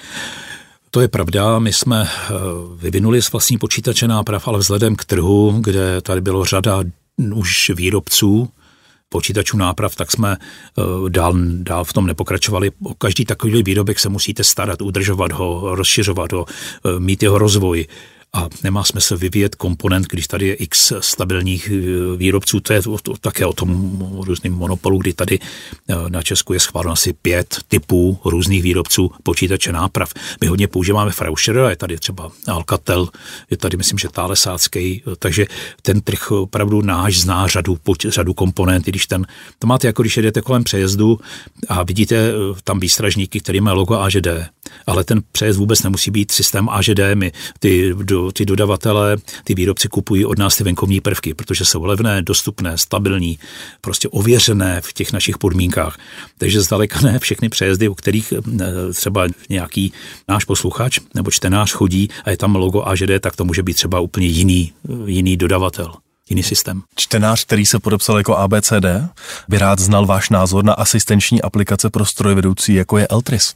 To je pravda, my jsme vyvinuli z vlastní počítače náprav, ale vzhledem k trhu, kde tady bylo řada už výrobců počítačů náprav, tak jsme dál, dál v tom nepokračovali. O každý takový výrobek se musíte starat, udržovat ho, rozšiřovat ho, mít jeho rozvoj. A nemá smysl vyvíjet komponent, když tady je x stabilních výrobců. To je to, to, také o tom různým monopolu, kdy tady na Česku je schváleno asi pět typů různých výrobců počítače náprav. My hodně používáme Frauscher, je tady třeba Alcatel, je tady myslím, že Thalesácký, takže ten trh opravdu náš zná řadu, řadu komponent, když ten, to máte jako když jedete kolem přejezdu a vidíte tam výstražníky, který má logo A Ž D, ale ten přejezd vůbec nemusí být systém A Ž D, my ty do ty dodavatelé, ty výrobci kupují od nás ty venkovní prvky, protože jsou levné, dostupné, stabilní, prostě ověřené v těch našich podmínkách. Takže zdaleka ne všechny přejezdy, u kterých třeba nějaký náš posluchač nebo čtenář chodí a je tam logo A Ž D, tak to může být třeba úplně jiný, jiný dodavatel. Jiný systém. Čtenář, který se podepsal jako A B C D, by rád znal váš názor na asistenční aplikace pro strojvedoucí, jako je Eltris.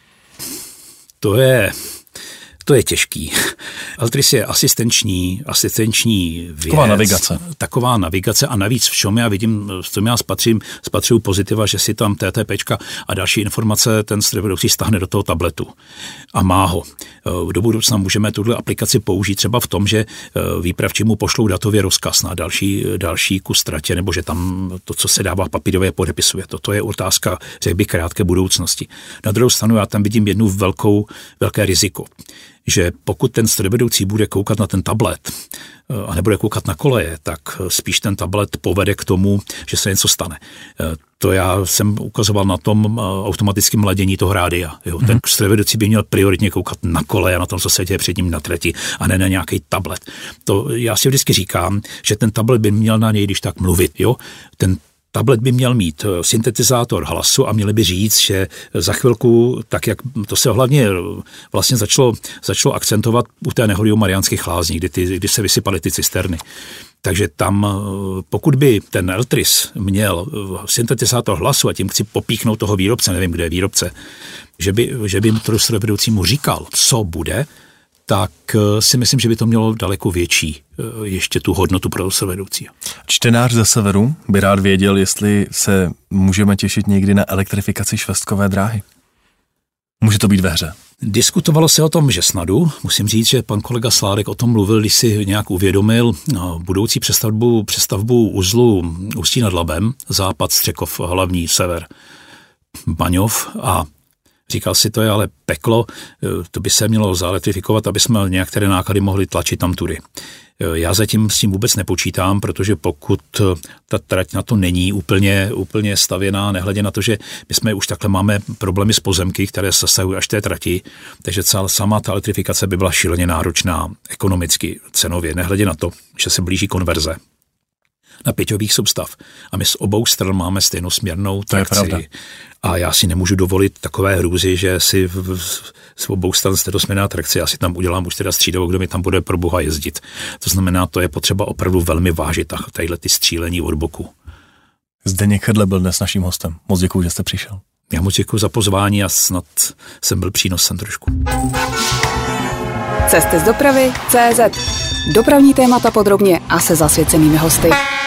To je... To je těžký. Eltris je asistenční, asistenční věc. Taková navigace. Taková navigace a navíc v čem já vidím, v tom já spatřím, spatřuju pozitiva, že si tam TTPčka a další informace ten strojvedoucí stáhne do toho tabletu a má ho. Do budoucna můžeme tuhle aplikaci použít třeba v tom, že výpravčí mu pošlou datově rozkaz na další, další kus tratě, nebo že tam to, co se dává papírově, podepisuje. Toto je otázka, řekl bych, krátké budoucnosti. Na druhou stranu já tam vidím jednu velkou, velké riziko, že pokud ten strojvedoucí bude koukat na ten tablet a nebude koukat na koleje, tak spíš ten tablet povede k tomu, že se něco stane. To já jsem ukazoval na tom automatickém ladění toho rádia. Jo. Ten strojvedoucí by měl prioritně koukat na koleje, na tom, co se děje před ním na trati, a ne na nějaký tablet. To já si vždycky říkám, že ten tablet by měl na něj, když tak mluvit. Jo. Ten tablet by měl mít syntetizátor hlasu a měli by říct, že za chvilku, tak jak to se hlavně vlastně začalo, začalo akcentovat u té nehody u Mariánských Lázní, kdy, ty, kdy se vysypaly ty cisterny. Takže tam, pokud by ten Eltris měl syntetizátor hlasu, a tím chci popíchnout toho výrobce, nevím, kde je výrobce, že by, že by to strojvedoucímu říkal, co bude, tak si myslím, že by to mělo daleko větší ještě tu hodnotu pro strojvedoucího. Čtenář ze severu by rád věděl, jestli se můžeme těšit někdy na elektrifikaci švestkové dráhy. Může to být ve hře. Diskutovalo se o tom, že snadu. Musím říct, že pan kolega Sládek o tom mluvil, když si nějak uvědomil no, budoucí přestavbu, přestavbu uzlu Ústí nad Labem, západ, Střekov, hlavní, sever, Baňov, a říkal si, to je ale peklo, to by se mělo zaelektrifikovat, aby jsme některé náklady mohli tlačit tam tudy. Já zatím s tím vůbec nepočítám, protože pokud ta trať na to není úplně, úplně stavěná, nehledě na to, že my jsme už takhle máme problémy s pozemky, které zasahují až té trati, takže celá sama ta elektrifikace by byla šíleně náročná ekonomicky, cenově, nehledě na to, že se blíží konverze na pěťových substav. A my z obou stran máme stejnosměrnou trakci. A já si nemůžu dovolit takové hrůzy, že si v, v, z obou stran stejnosměrná trakci, já si tam udělám už teda střídovou, kdo mi tam bude pro boha jezdit. To znamená, to je potřeba opravdu velmi vážit, a tadyhle ty střílení od boku. Zdeněk Chrle byl dnes naším hostem. Moc děkuji, že jste přišel. Já moc děkuji za pozvání a snad jsem byl přínosem trošku. Cesty z dopravy tečka cé zet. Dopravní témata podrobně a se zasvěcenými hosty.